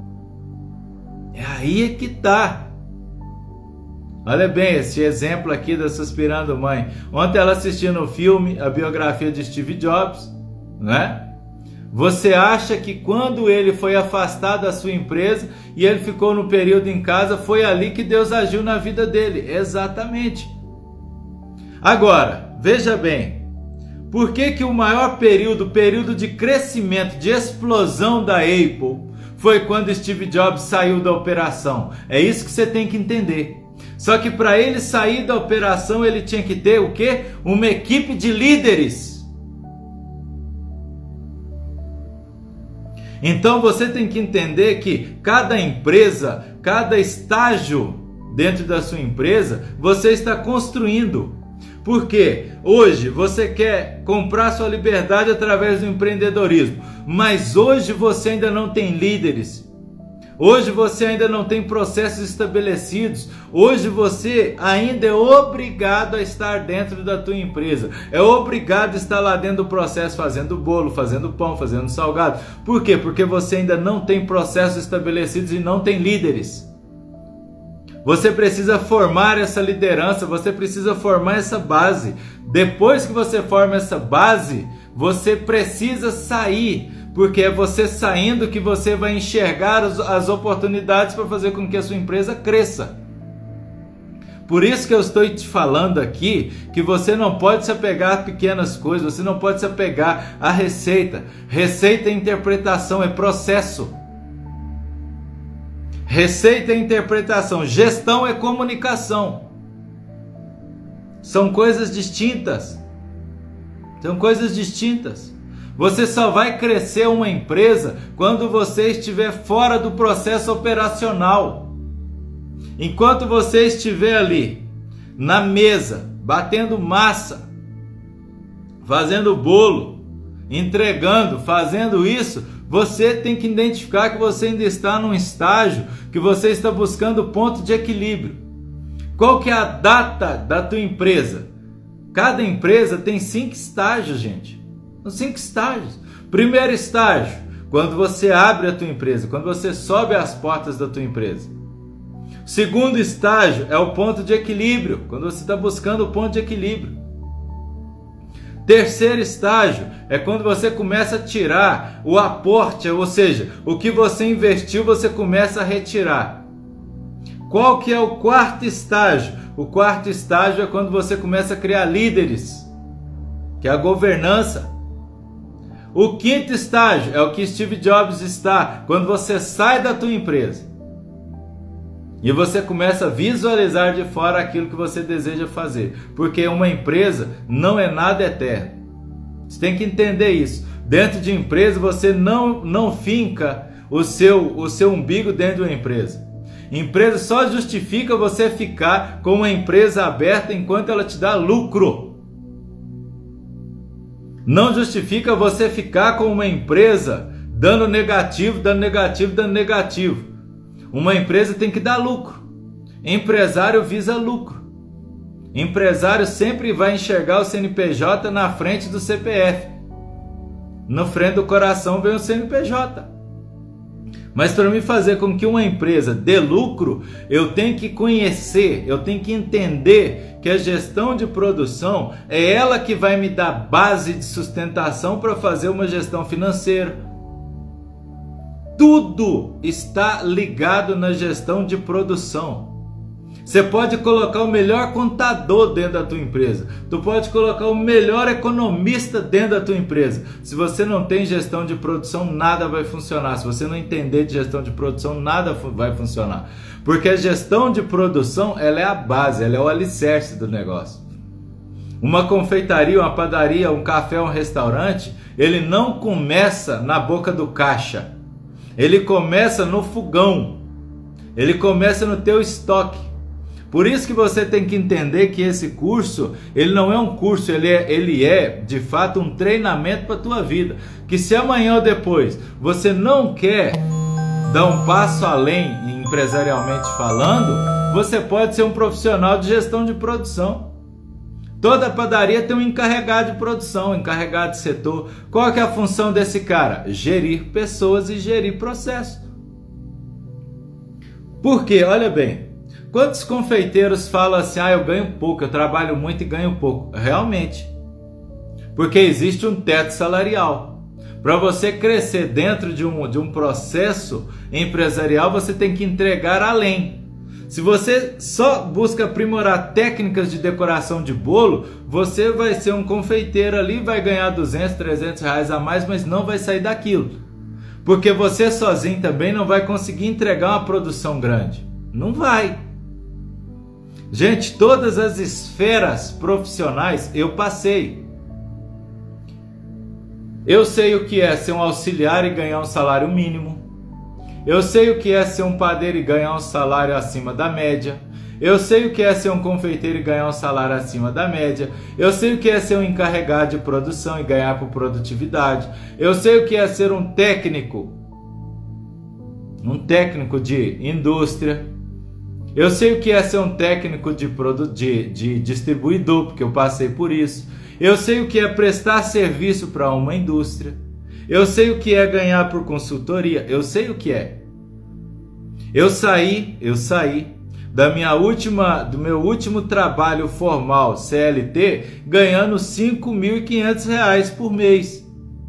É aí é que tá. Olha bem esse exemplo aqui da Suspirando Mãe. Ontem ela assistiu no filme a biografia de Steve Jobs, né? Você acha que quando ele foi afastado da sua empresa e ele ficou no período em casa, foi ali que Deus agiu na vida dele? Exatamente. Agora, veja bem, por que que o maior período, período de crescimento, de explosão da Apple, foi quando Steve Jobs saiu da operação? É isso que você tem que entender. Só que para ele sair da operação, ele tinha que ter o quê? Uma equipe de líderes. Então você tem que entender que cada empresa, cada estágio dentro da sua empresa, você está construindo. Porque hoje você quer comprar sua liberdade através do empreendedorismo, mas hoje você ainda não tem líderes. Hoje você ainda não tem processos estabelecidos. Hoje você ainda é obrigado a estar dentro da tua empresa. É obrigado a estar lá dentro do processo, fazendo bolo, fazendo pão, fazendo salgado. Por quê? Porque você ainda não tem processos estabelecidos e não tem líderes. Você precisa formar essa liderança, você precisa formar essa base. Depois que você forma essa base, você precisa sair, porque é você saindo que você vai enxergar as oportunidades para fazer com que a sua empresa cresça. Por isso que eu estou te falando aqui que você não pode se apegar a pequenas coisas, você não pode se apegar à receita. Receita é interpretação, é processo. Receita é interpretação, gestão é comunicação. São coisas distintas. São coisas distintas. Você só vai crescer uma empresa quando você estiver fora do processo operacional. Enquanto você estiver ali, na mesa, batendo massa, fazendo bolo, entregando, fazendo isso, você tem que identificar que você ainda está num estágio que você está buscando ponto de equilíbrio. Qual que é a data da tua empresa? Cada empresa tem cinco estágios, gente. São cinco estágios. Primeiro estágio, quando você abre a tua empresa, quando você sobe as portas da tua empresa. Segundo estágio é o ponto de equilíbrio, quando você está buscando o ponto de equilíbrio. Terceiro estágio é quando você começa a tirar o aporte, ou seja, o que você investiu você começa a retirar. Qual que é o quarto estágio? O quarto estágio é quando você começa a criar líderes, que é a governança. O quinto estágio é o que Steve Jobs está, quando você sai da tua empresa. E você começa a visualizar de fora aquilo que você deseja fazer. Porque uma empresa não é nada eterno. Você tem que entender isso. Dentro de empresa você não, não finca o seu, o seu umbigo dentro de uma empresa. Empresa só justifica você ficar com uma empresa aberta enquanto ela te dá lucro. Não justifica você ficar com uma empresa dando negativo, dando negativo, dando negativo. Uma empresa tem que dar lucro. Empresário visa lucro. Empresário sempre vai enxergar o C N P J na frente do C P F. Na frente do coração vem o C N P J. Mas para me fazer com que uma empresa dê lucro, eu tenho que conhecer, eu tenho que entender que a gestão de produção é ela que vai me dar base de sustentação para fazer uma gestão financeira. Tudo está ligado na gestão de produção. Você pode colocar o melhor contador dentro da tua empresa. Tu pode colocar o melhor economista dentro da tua empresa. Se você não tem gestão de produção, nada vai funcionar. Se você não entender de gestão de produção, nada vai funcionar. Porque a gestão de produção, ela é a base, ela é o alicerce do negócio. Uma confeitaria, uma padaria, um café, um restaurante, ele não começa na boca do caixa. Ele começa no fogão. Ele começa no teu estoque. Por isso que você tem que entender que esse curso, ele não é um curso, ele é, ele é de fato um treinamento para a tua vida. Que se amanhã ou depois você não quer dar um passo além, empresarialmente falando, você pode ser um profissional de gestão de produção. Toda padaria tem um encarregado de produção, um encarregado de setor. Qual que é a função desse cara? Gerir pessoas e gerir processo. Por quê? Olha bem. Quantos confeiteiros falam assim, ah, eu ganho pouco, eu trabalho muito e ganho pouco? Realmente. Porque existe um teto salarial. Para você crescer dentro de um, de um processo empresarial, você tem que entregar além. Se você só busca aprimorar técnicas de decoração de bolo, você vai ser um confeiteiro ali, vai ganhar duzentos, trezentos reais a mais, mas não vai sair daquilo. Porque você sozinho também não vai conseguir entregar uma produção grande. Não vai. Gente, todas as esferas profissionais eu passei. Eu sei o que é ser um auxiliar e ganhar um salário mínimo. Eu sei o que é ser um padeiro e ganhar um salário acima da média. Eu sei o que é ser um confeiteiro e ganhar um salário acima da média. Eu sei o que é ser um encarregado de produção e ganhar por produtividade. Eu sei o que é ser um técnico, um técnico de indústria. Eu sei o que é ser um técnico de, de, de distribuidor, porque eu passei por isso. Eu sei o que é prestar serviço para uma indústria. Eu sei o que é ganhar por consultoria. Eu sei o que é. Eu saí, eu saí da minha última, do meu último trabalho formal C L T ganhando cinco mil e quinhentos reais por mês.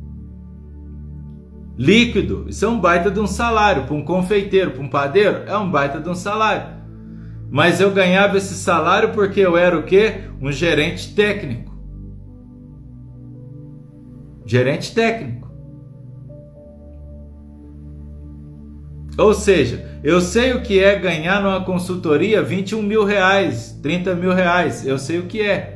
Líquido. Isso é um baita de um salário. Para um confeiteiro, para um padeiro, é um baita de um salário. Mas eu ganhava esse salário porque eu era o quê? Um gerente técnico. Gerente técnico. Ou seja, eu sei o que é ganhar numa consultoria vinte e um mil reais, trinta mil reais. Eu sei o que é.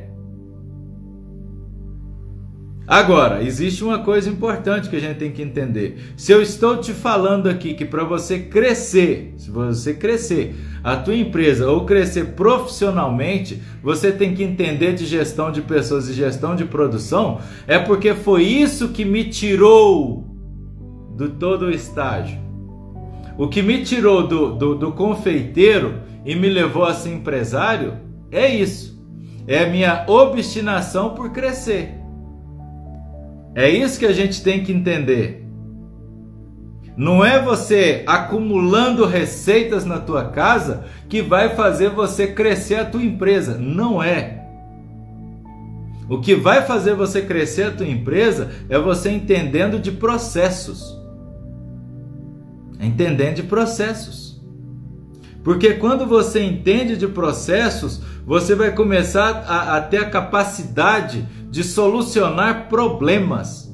Agora, existe uma coisa importante que a gente tem que entender. Se eu estou te falando aqui que para você crescer, se você crescer a tua empresa ou crescer profissionalmente, você tem que entender de gestão de pessoas e gestão de produção, é porque foi isso que me tirou do todo o estágio. O que me tirou do, do, do confeiteiro e me levou a ser empresário é isso. É a minha obstinação por crescer. É isso que a gente tem que entender. Não é você acumulando receitas na tua casa que vai fazer você crescer a tua empresa. Não é. O que vai fazer você crescer a tua empresa é você entendendo de processos. Entendendo de processos. Porque quando você entende de processos, você vai começar a, a ter a capacidade de solucionar problemas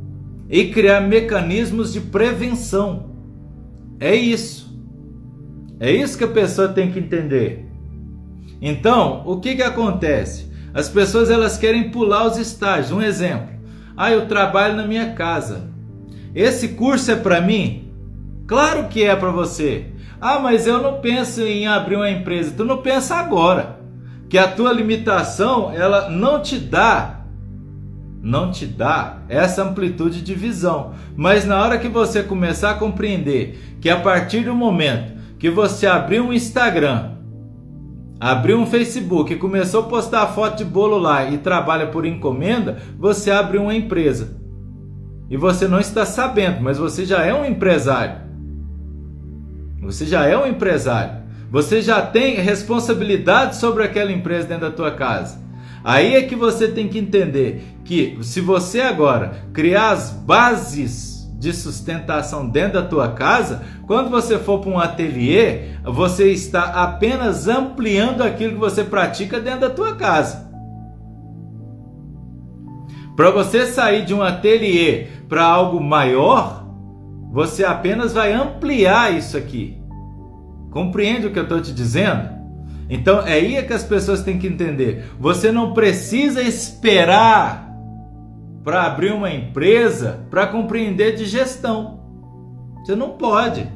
e criar mecanismos de prevenção. É isso. É isso que a pessoa tem que entender. Então, o que que acontece? As pessoas elas querem pular os estágios. Um exemplo. Ah, eu trabalho na minha casa. Esse curso é para mim? Claro que é para você. Ah, mas eu não penso em abrir uma empresa. Tu não pensa agora. Que a tua limitação, ela não te dá, não te dá essa amplitude de visão. Mas na hora que você começar a compreender que a partir do momento que você abrir um Instagram, abriu um Facebook e começou a postar foto de bolo lá e trabalha por encomenda, você abre uma empresa. E você não está sabendo, mas você já é um empresário. Você já é um empresário. Você já tem responsabilidade sobre aquela empresa dentro da tua casa. Aí é que você tem que entender que se você agora criar as bases de sustentação dentro da tua casa, quando você for para um ateliê, você está apenas ampliando aquilo que você pratica dentro da tua casa. Para você sair de um ateliê para algo maior, você apenas vai ampliar isso aqui. Compreende o que eu estou te dizendo? Então é aí que as pessoas têm que entender. Você não precisa esperar para abrir uma empresa para compreender de gestão. Você não pode.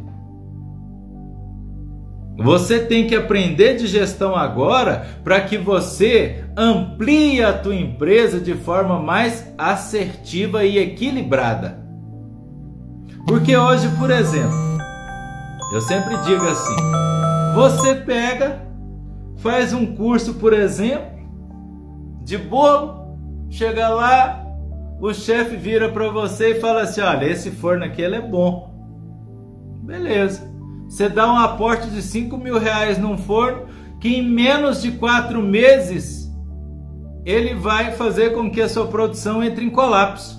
Você tem que aprender de gestão agora para que você amplie a tua empresa de forma mais assertiva e equilibrada. Porque hoje, por exemplo, eu sempre digo assim, você pega, faz um curso, por exemplo, de bolo, chega lá, o chefe vira para você e fala assim, olha, esse forno aqui ele é bom. Beleza. Você dá um aporte de cinco mil reais num forno que em menos de quatro meses ele vai fazer com que a sua produção entre em colapso.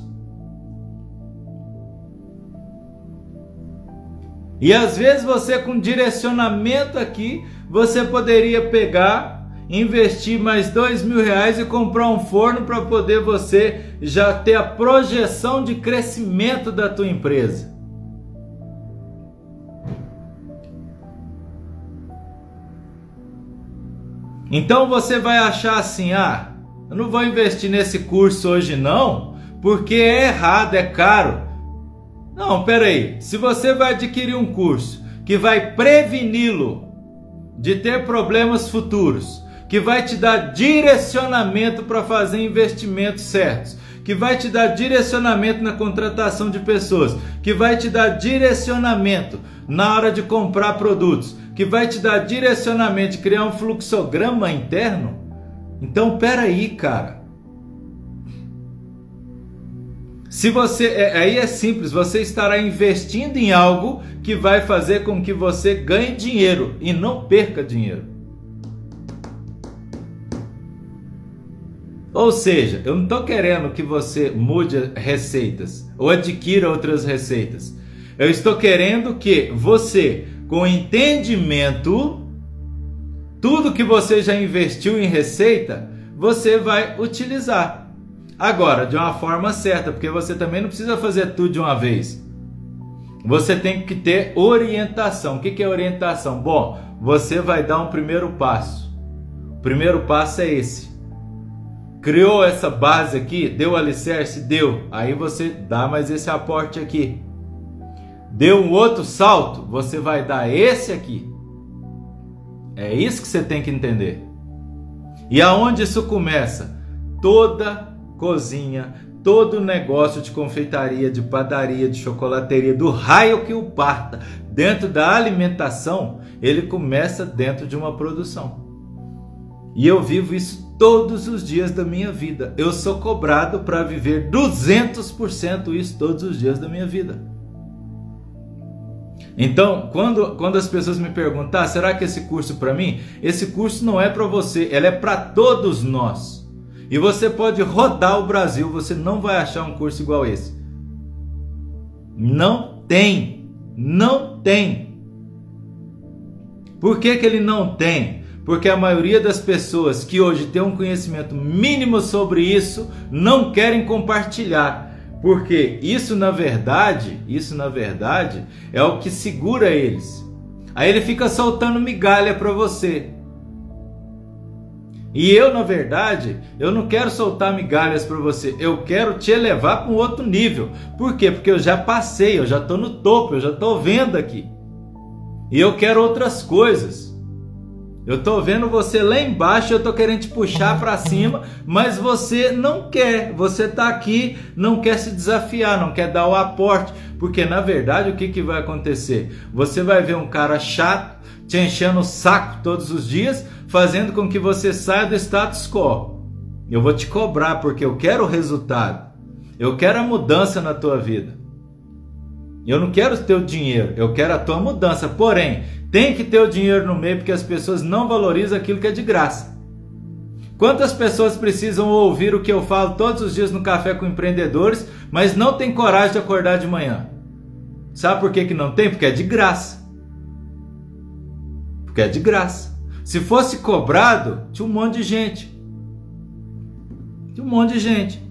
E às vezes você com direcionamento aqui, você poderia pegar, investir mais dois mil reais e comprar um forno para poder você já ter a projeção de crescimento da tua empresa. Então você vai achar assim, ah, eu não vou investir nesse curso hoje não, porque é errado, é caro. Não, peraí, se você vai adquirir um curso que vai preveni-lo de ter problemas futuros, que vai te dar direcionamento para fazer investimentos certos, que vai te dar direcionamento na contratação de pessoas, que vai te dar direcionamento na hora de comprar produtos, que vai te dar direcionamento de criar um fluxograma interno, então peraí, cara. Se você, é, aí é simples, você estará investindo em algo que vai fazer com que você ganhe dinheiro e não perca dinheiro. Ou seja, eu não estou querendo que você mude receitas ou adquira outras receitas. Eu estou querendo que você, com entendimento, tudo que você já investiu em receita, você vai utilizar. Agora, de uma forma certa, porque você também não precisa fazer tudo de uma vez. Você tem que ter orientação. O que é orientação? Bom, você vai dar um primeiro passo. O primeiro passo é esse. Criou essa base aqui, deu o alicerce? Deu. Aí você dá mais esse aporte aqui. Deu um outro salto? Você vai dar esse aqui. É isso que você tem que entender. E aonde isso começa? Toda cozinha, todo negócio de confeitaria, de padaria, de chocolateria, do raio que o parta, dentro da alimentação, ele começa dentro de uma produção. E eu vivo isso todos os dias da minha vida. Eu sou cobrado para viver duzentos por cento isso todos os dias da minha vida. Então, quando, quando as pessoas me perguntam, ah, será que esse curso é para mim? Esse curso não é para você, ele é para todos nós. E você pode rodar o Brasil, você não vai achar um curso igual esse. Não tem. Não tem. Por que que ele não tem? Porque a maioria das pessoas que hoje tem um conhecimento mínimo sobre isso não querem compartilhar. Porque isso na verdade, isso na verdade é o que segura eles. Aí ele fica soltando migalha para você. E eu, na verdade, eu não quero soltar migalhas para você. Eu quero te elevar para um outro nível. Por quê? Porque eu já passei, eu já estou no topo, eu já estou vendo aqui. E eu quero outras coisas. Eu estou vendo você lá embaixo, eu estou querendo te puxar para cima, mas você não quer. Você está aqui, não quer se desafiar, não quer dar o aporte. Porque, na verdade, o que, que vai acontecer? Você vai ver um cara chato, te enchendo o saco todos os dias, fazendo com que você saia do status quo. Eu vou te cobrar porque eu quero o resultado. Eu quero a mudança na tua vida. Eu não quero o teu dinheiro, eu quero a tua mudança. Porém, tem que ter o dinheiro no meio porque as pessoas não valorizam aquilo que é de graça. Quantas pessoas precisam ouvir o que eu falo todos os dias no Café com Empreendedores, mas não tem coragem de acordar de manhã? Sabe por que que não tem? Porque é de graça. Porque é de graça. Se fosse cobrado, tinha um monte de gente. Tinha um monte de gente.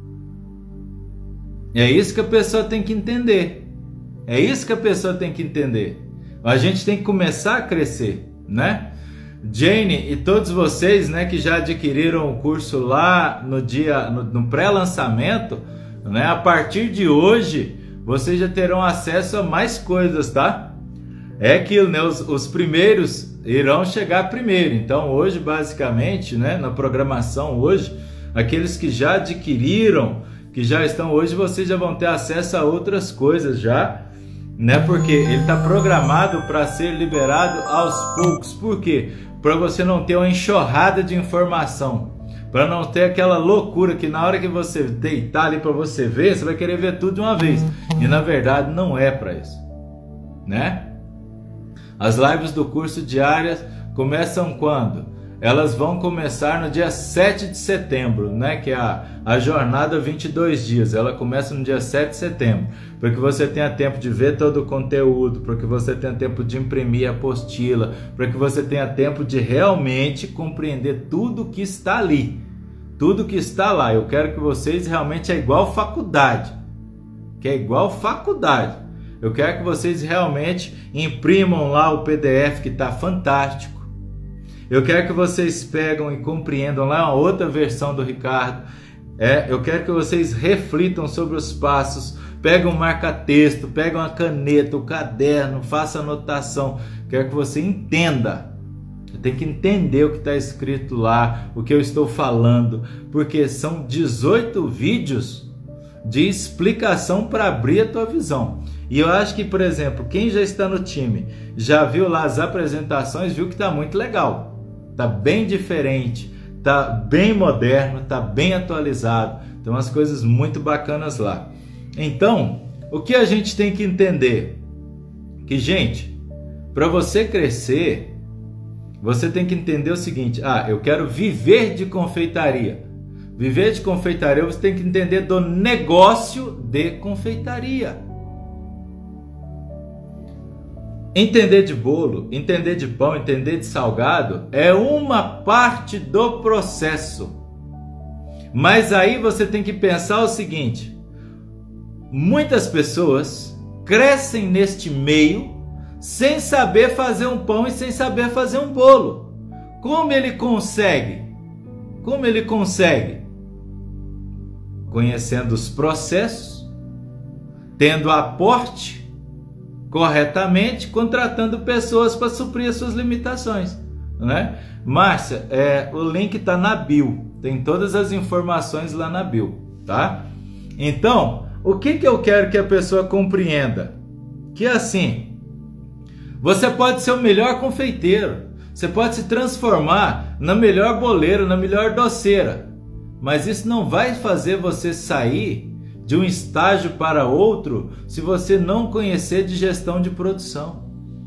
É isso que a pessoa tem que entender. É isso que a pessoa tem que entender. A gente tem que começar a crescer, né? Jane e todos vocês, né, que já adquiriram o curso lá no dia, no, no pré-lançamento, né? A partir de hoje, vocês já terão acesso a mais coisas, tá? É aquilo, né? Os, os primeiros irão chegar primeiro. Então, hoje, basicamente, né, na programação hoje, aqueles que já adquiriram, que já estão hoje, vocês já vão ter acesso a outras coisas já, né? Porque ele está programado para ser liberado aos poucos. Por quê? Para você não ter uma enxurrada de informação, para não ter aquela loucura que na hora que você deitar ali para você ver, você vai querer ver tudo de uma vez. E na verdade não é para isso, né? As lives do curso diárias começam quando? Elas vão começar no dia sete de setembro, né? Que é a, a jornada vinte e dois dias. Ela começa no dia sete de setembro, para que você tenha tempo de ver todo o conteúdo, para que você tenha tempo de imprimir a apostila, para que você tenha tempo de realmente compreender tudo que está ali, tudo que está lá. Eu quero que vocês realmente é igual faculdade, que é igual faculdade. Eu quero que vocês realmente imprimam lá o P D F que está fantástico. Eu quero que vocês pegam e compreendam lá uma outra versão do Ricardo. É, eu quero que vocês reflitam sobre os passos. Pegam um marca-texto, pegam uma caneta, o caderno, faça anotação. Quero que você entenda. Tem que entender o que está escrito lá, o que eu estou falando, porque são dezoito vídeos de explicação para abrir a tua visão. E eu acho que, por exemplo, quem já está no time, já viu lá as apresentações, viu que está muito legal. Está bem diferente, está bem moderno, está bem atualizado. Tem umas coisas muito bacanas lá. Então, o que a gente tem que entender? Que, gente, para você crescer, você tem que entender o seguinte: ah, eu quero viver de confeitaria. Viver de confeitaria, você tem que entender do negócio de confeitaria. Entender de bolo, entender de pão, entender de salgado é uma parte do processo. Mas aí você tem que pensar o seguinte: muitas pessoas crescem neste meio sem saber fazer um pão e sem saber fazer um bolo. Como ele consegue? Como ele consegue? Conhecendo os processos, tendo aporte corretamente, contratando pessoas para suprir as suas limitações, né? Márcia, é, o link está na bio, tem todas as informações lá na bio, tá? Então, o que, que eu quero que a pessoa compreenda? Que assim, você pode ser o melhor confeiteiro, você pode se transformar na melhor boleira, na melhor doceira, mas isso não vai fazer você sair de um estágio para outro se você não conhecer de gestão de produção.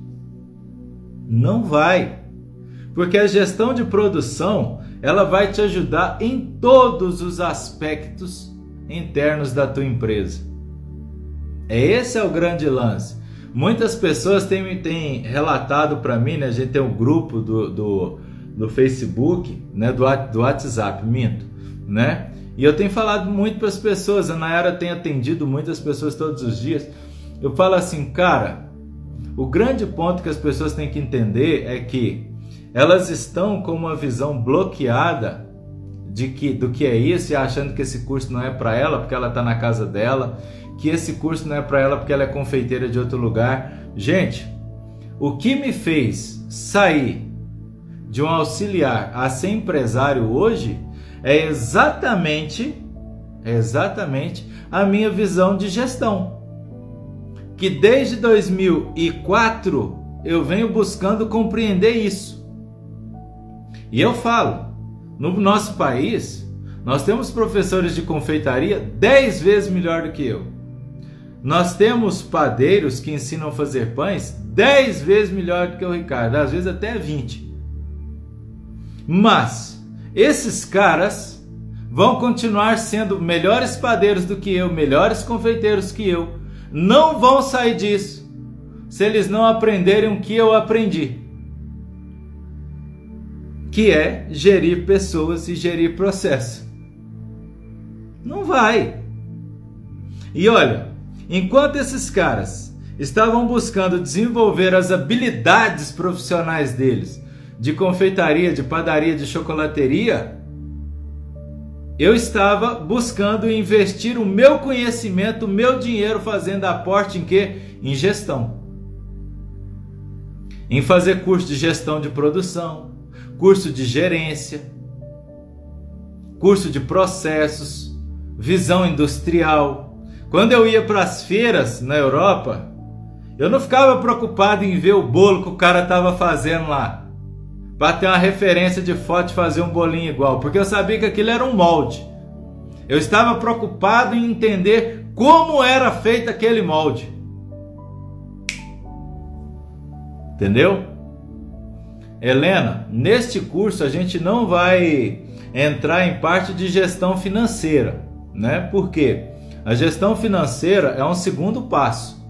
Não vai. Porque a gestão de produção, ela vai te ajudar em todos os aspectos internos da tua empresa. Esse é o grande lance. Muitas pessoas têm, têm relatado para mim, né? A gente tem um grupo do, do, do Facebook, né? do, do WhatsApp, minto, né? E eu tenho falado muito para as pessoas, a Nayara tem atendido muitas pessoas todos os dias. Eu falo assim, cara, O grande ponto que as pessoas têm que entender é que elas estão com uma visão bloqueada de que, do que é isso, e achando que esse curso não é para ela porque ela está na casa dela, que esse curso não é para ela porque ela é confeiteira de outro lugar. Gente, o que me fez sair de um auxiliar a ser empresário hoje é exatamente, é exatamente a minha visão de gestão. Que desde dois mil e quatro eu venho buscando compreender isso. E eu falo, no nosso país, nós temos professores de confeitaria dez vezes melhor do que eu. Nós temos padeiros que ensinam a fazer pães dez vezes melhor do que o Ricardo, às vezes até vinte. Mas esses caras vão continuar sendo melhores padeiros do que eu, melhores confeiteiros que eu. Não vão sair disso se eles não aprenderem o que eu aprendi, que é gerir pessoas e gerir processo. Não vai. E olha, enquanto esses caras estavam buscando desenvolver as habilidades profissionais deles, de confeitaria, de padaria, de chocolateria, eu estava buscando investir o meu conhecimento, o meu dinheiro, fazendo aporte em quê? Em gestão. Em fazer curso de gestão de produção, curso de gerência, curso de processos, visão industrial. Quando eu ia para as feiras na Europa, eu não ficava preocupado em ver o bolo que o cara estava fazendo lá, para ter uma referência de foto e fazer um bolinho igual, porque eu sabia que aquilo era um molde. Eu estava preocupado em entender como era feito aquele molde. Entendeu? Helena, neste curso a gente não vai entrar em parte de gestão financeira, né? Porque a gestão financeira é um segundo passo.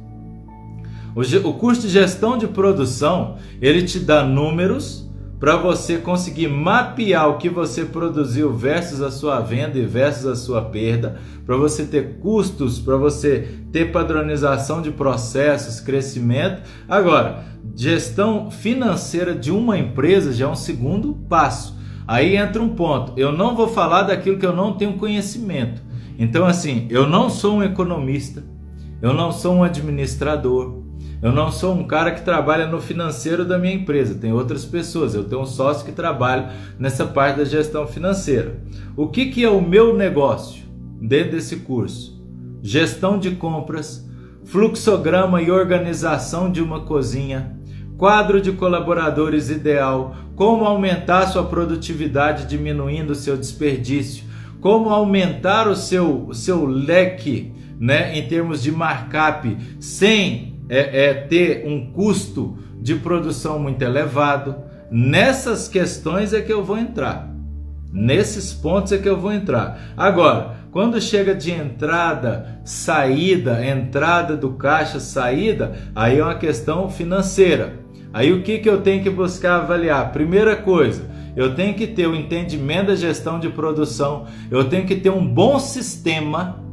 O curso de gestão de produção, ele te dá números para você conseguir mapear o que você produziu versus a sua venda e versus a sua perda, para você ter custos, para você ter padronização de processos, crescimento. Agora, gestão financeira de uma empresa já é um segundo passo. Aí entra um ponto, eu não vou falar daquilo que eu não tenho conhecimento. Então assim, eu não sou um economista, eu não sou um administrador, eu não sou um cara que trabalha no financeiro da minha empresa. Tem outras pessoas, eu tenho um sócio que trabalha nessa parte da gestão financeira. O que, que é o meu negócio dentro desse curso? Gestão de compras, fluxograma e organização de uma cozinha, quadro de colaboradores ideal, como aumentar sua produtividade diminuindo o seu desperdício, como aumentar o seu, o seu leque, né, em termos de markup, sem É, é ter um custo de produção muito elevado. Nessas questões é que eu vou entrar. Nesses pontos é que eu vou entrar. Agora, quando chega de entrada, saída, entrada do caixa, saída, aí é uma questão financeira. Aí o que, que eu tenho que buscar avaliar? Primeira coisa, eu tenho que ter o entendimento da gestão de produção, eu tenho que ter um bom sistema.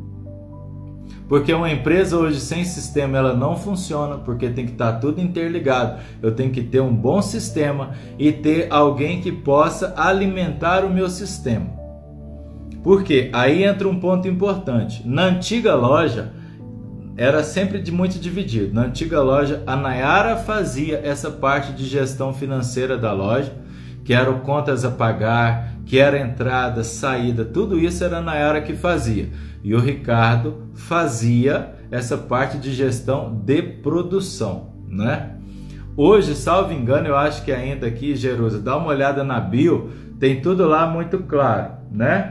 Porque uma empresa hoje sem sistema ela não funciona, porque tem que estar tudo interligado. Eu tenho que ter um bom sistema e ter alguém que possa alimentar o meu sistema. Por quê? Aí entra um ponto importante. Na antiga loja era sempre de muito dividido. Na antiga loja a Nayara fazia essa parte de gestão financeira da loja, que eram contas a pagar, que era entrada, saída, tudo isso era a Nayara que fazia. E o Ricardo fazia essa parte de gestão de produção, né? Hoje, salvo engano, eu acho que ainda aqui, Jerusa, dá uma olhada na bio, tem tudo lá muito claro, né?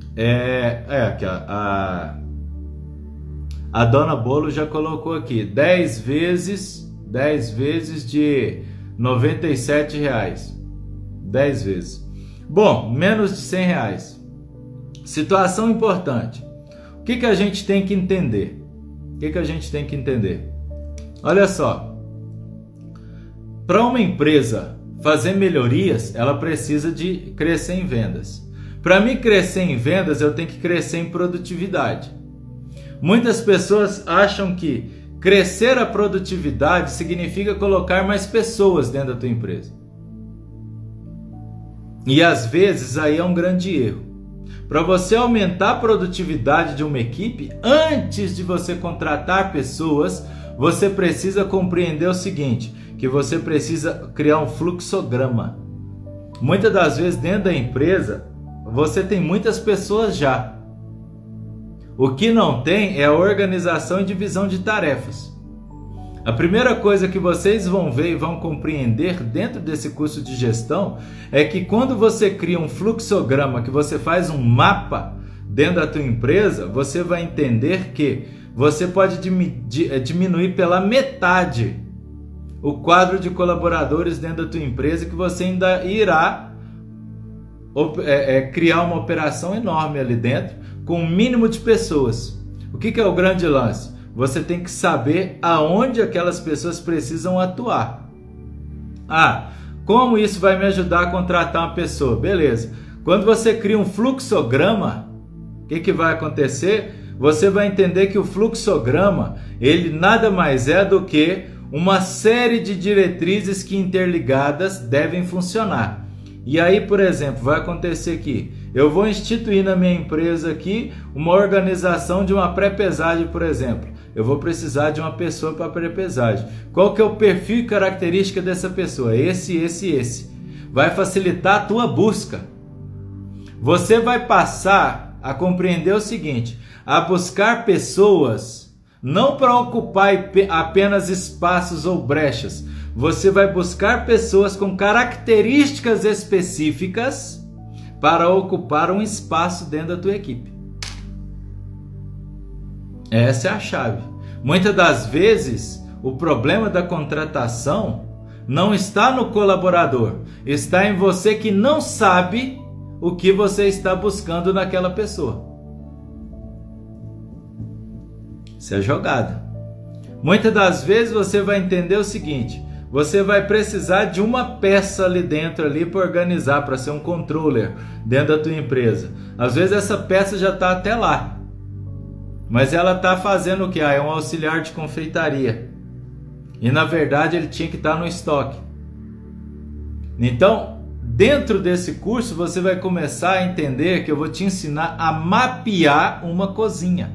É, é aqui, a, a dona Bolo já colocou aqui, dez vezes, dez vezes de noventa e sete reais. dez vezes. Bom, menos de cem reais. Situação importante. O que, que a gente tem que entender? O que, que a gente tem que entender? Olha só. Para uma empresa fazer melhorias, ela precisa de crescer em vendas. Para mim crescer em vendas, eu tenho que crescer em produtividade. Muitas pessoas acham que crescer a produtividade significa colocar mais pessoas dentro da tua empresa. E às vezes aí é um grande erro. Para você aumentar a produtividade de uma equipe, antes de você contratar pessoas, você precisa compreender o seguinte, que você precisa criar um fluxograma. Muitas das vezes dentro da empresa, você tem muitas pessoas já. O que não tem é a organização e divisão de tarefas. A primeira coisa que vocês vão ver e vão compreender dentro desse curso de gestão é que quando você cria um fluxograma, que você faz um mapa dentro da tua empresa, você vai entender que você pode diminuir pela metade o quadro de colaboradores dentro da tua empresa, que você ainda irá é, é, criar uma operação enorme ali dentro com um mínimo de pessoas. O que, que é o grande lance? Você tem que saber aonde aquelas pessoas precisam atuar. Ah, como isso vai me ajudar a contratar uma pessoa? Beleza. Quando você cria um fluxograma, o que, que vai acontecer? Você vai entender que o fluxograma, ele nada mais é do que uma série de diretrizes que interligadas devem funcionar. E aí, por exemplo, vai acontecer aqui, eu vou instituir na minha empresa aqui uma organização de uma pré-pesagem, por exemplo. Eu vou precisar de uma pessoa para pré-pesagem. Qual que é o perfil e característica dessa pessoa? Esse, esse, esse. Vai facilitar a tua busca. Você vai passar a compreender o seguinte, a buscar pessoas não para ocupar apenas espaços ou brechas. Você vai buscar pessoas com características específicas para ocupar um espaço dentro da tua equipe. Essa é a chave. Muitas das vezes, o problema da contratação não está no colaborador, está em você que não sabe o que você está buscando naquela pessoa. Isso é jogada. Muitas das vezes você vai entender o seguinte, você vai precisar de uma peça ali dentro ali para organizar, para ser um controller dentro da tua empresa. Às vezes essa peça já está até lá, mas ela está fazendo o que? Ah, é um auxiliar de confeitaria. E na verdade ele tinha que estar no estoque. Então, dentro desse curso você vai começar a entender que eu vou te ensinar a mapear uma cozinha.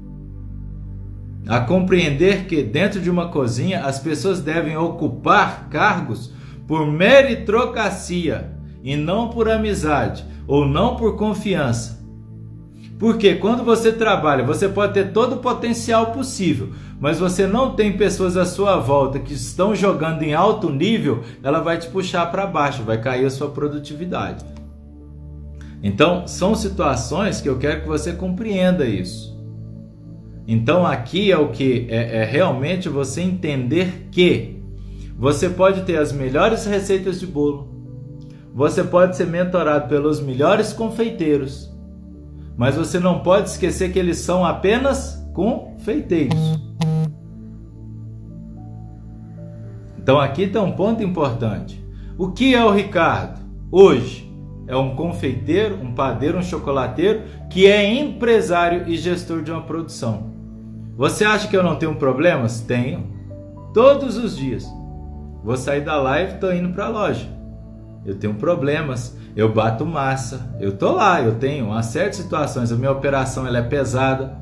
A compreender que dentro de uma cozinha as pessoas devem ocupar cargos por meritocracia e não por amizade ou não por confiança. Porque quando você trabalha, você pode ter todo o potencial possível, mas você não tem pessoas à sua volta que estão jogando em alto nível, ela vai te puxar para baixo, vai cair a sua produtividade. Então, são situações que eu quero que você compreenda isso. Então aqui é o que é, é realmente você entender que você pode ter as melhores receitas de bolo, você pode ser mentorado pelos melhores confeiteiros, mas você não pode esquecer que eles são apenas confeiteiros. Então aqui está um ponto importante. O que é o Ricardo? Hoje é um confeiteiro, um padeiro, um chocolateiro que é empresário e gestor de uma produção. Você acha que eu não tenho problemas? Tenho. Todos os dias. Vou sair da live e estou indo para a loja. Eu tenho problemas, eu bato massa, eu tô lá, eu tenho uma série de situações, a minha operação ela é pesada,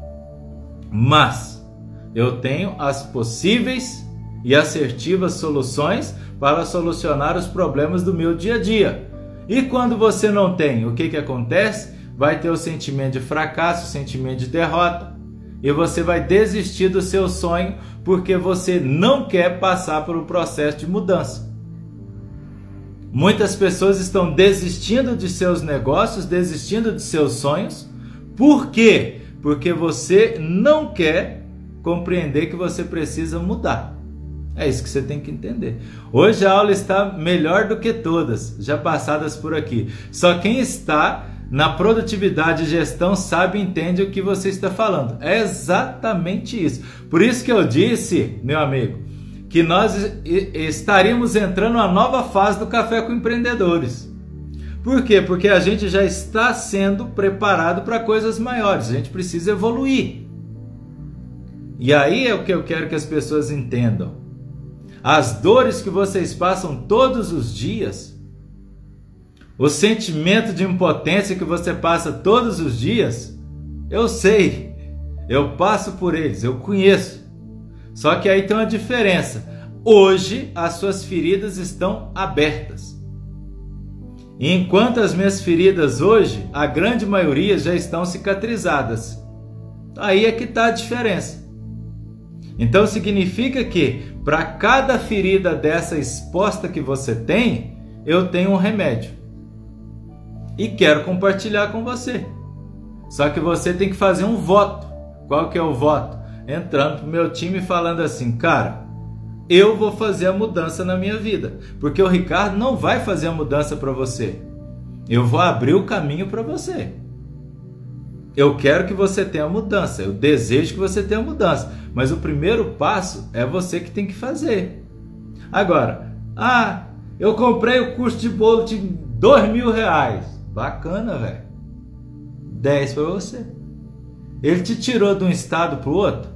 mas eu tenho as possíveis e assertivas soluções para solucionar os problemas do meu dia a dia. E quando você não tem, o que que acontece? Vai ter o sentimento de fracasso, o sentimento de derrota, e você vai desistir do seu sonho porque você não quer passar por um processo de mudança. Muitas pessoas estão desistindo de seus negócios, desistindo de seus sonhos. Por quê? Porque você não quer compreender que você precisa mudar. É isso que você tem que entender. Hoje a aula está melhor do que todas já passadas por aqui. Só quem está na produtividade e gestão sabe e entende o que você está falando. É exatamente isso. Por isso que eu disse, meu amigo, que nós estaríamos entrando numa nova fase do Café com Empreendedores. Por quê? Porque a gente já está sendo preparado para coisas maiores. A gente precisa evoluir. E aí é o que eu quero que as pessoas entendam. As dores que vocês passam todos os dias, o sentimento de impotência que você passa todos os dias, eu sei, eu passo por eles, eu conheço. Só que aí tem uma diferença. Hoje as suas feridas estão abertas. E enquanto as minhas feridas hoje, a grande maioria já estão cicatrizadas. Aí é que está a diferença. Então significa que para cada ferida dessa exposta que você tem, eu tenho um remédio. E quero compartilhar com você. Só que você tem que fazer um voto. Qual que é o voto? Entrando pro meu time e falando assim, cara, eu vou fazer a mudança na minha vida. Porque o Ricardo não vai fazer a mudança para você. Eu vou abrir o caminho para você. Eu quero que você tenha mudança. Eu desejo que você tenha mudança. Mas o primeiro passo é você que tem que fazer. Agora, ah, eu comprei o curso de bolo de dois mil reais. Bacana, velho. dez para você. Ele te tirou de um estado para o outro?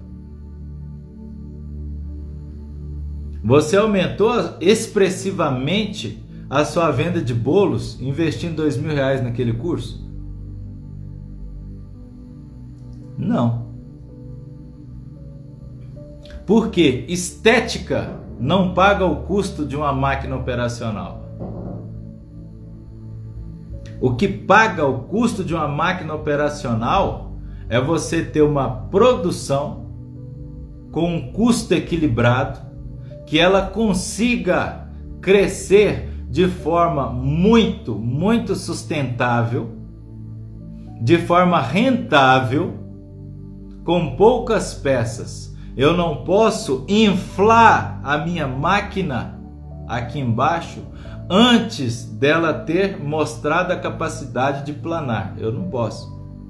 Você aumentou expressivamente a sua venda de bolos investindo dois mil reais naquele curso? Não. Porque estética não paga o custo de uma máquina operacional. O que paga o custo de uma máquina operacional é você ter uma produção com um custo equilibrado, que ela consiga crescer de forma muito, muito sustentável, de forma rentável, com poucas peças. Eu não posso inflar a minha máquina aqui embaixo antes dela ter mostrado a capacidade de planar. Eu não posso.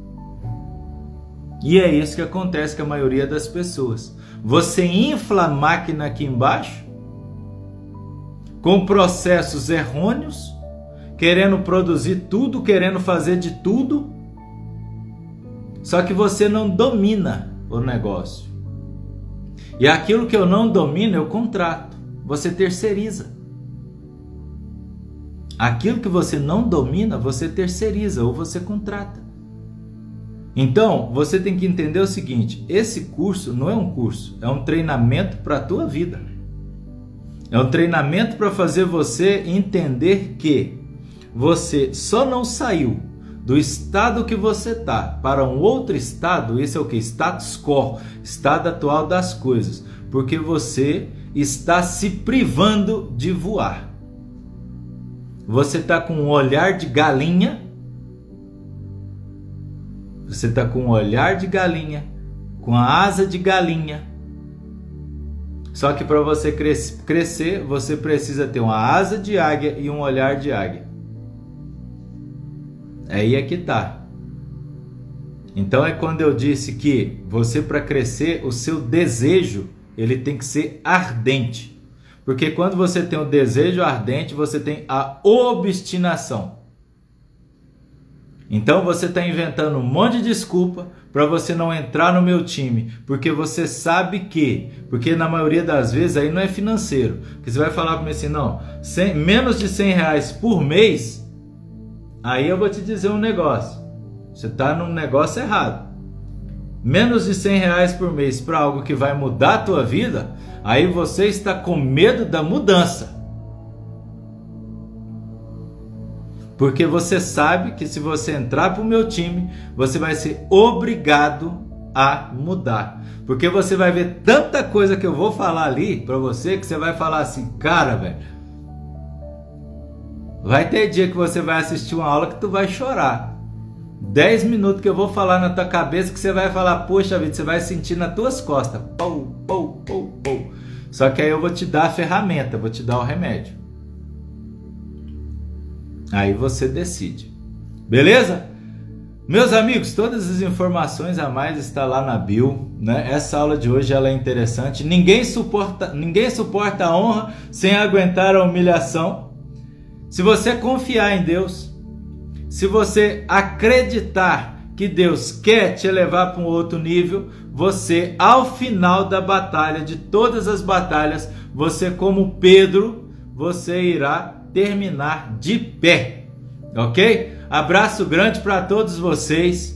E é isso que acontece com a maioria das pessoas. Você infla a máquina aqui embaixo com processos errôneos, querendo produzir tudo, querendo fazer de tudo, só que você não domina o negócio. E aquilo que eu não domino, eu contrato. Você terceiriza. Aquilo que você não domina, você terceiriza ou você contrata. Então, você tem que entender o seguinte, esse curso não é um curso, é um treinamento para a tua vida. É um treinamento para fazer você entender que você só não saiu do estado que você está para um outro estado, esse é o que? Status quo, estado atual das coisas, porque você está se privando de voar. Você está com um olhar de galinha, você está com um olhar de galinha, com a asa de galinha. Só que para você cres- crescer, você precisa ter uma asa de águia e um olhar de águia. Aí é que tá. Então é quando eu disse que você, para crescer, o seu desejo ele tem que ser ardente. Porque quando você tem o desejo ardente, você tem a obstinação. Então você está inventando um monte de desculpa para você não entrar no meu time, porque você sabe que, porque na maioria das vezes aí não é financeiro, que você vai falar para mim assim, não, cem, menos de cem reais por mês, aí eu vou te dizer um negócio, você está num negócio errado. Menos de cem reais por mês para algo que vai mudar a tua vida, aí você está com medo da mudança. Porque você sabe que se você entrar para o meu time, você vai ser obrigado a mudar. Porque você vai ver tanta coisa que eu vou falar ali para você, que você vai falar assim, cara, velho, vai ter dia que você vai assistir uma aula que tu vai chorar. dez minutos que eu vou falar na tua cabeça que você vai falar, poxa vida, você vai sentir nas tuas costas. Pou, pou, pou, pou. Só que aí eu vou te dar a ferramenta, vou te dar o remédio. Aí você decide. Beleza? Meus amigos, todas as informações a mais está lá na bio, né? Essa aula de hoje ela é interessante. Ninguém suporta, ninguém suporta a honra sem aguentar a humilhação. Se você confiar em Deus, se você acreditar que Deus quer te levar para um outro nível, você, ao final da batalha, de todas as batalhas, você, como Pedro, você irá terminar de pé, ok? Abraço grande para todos vocês.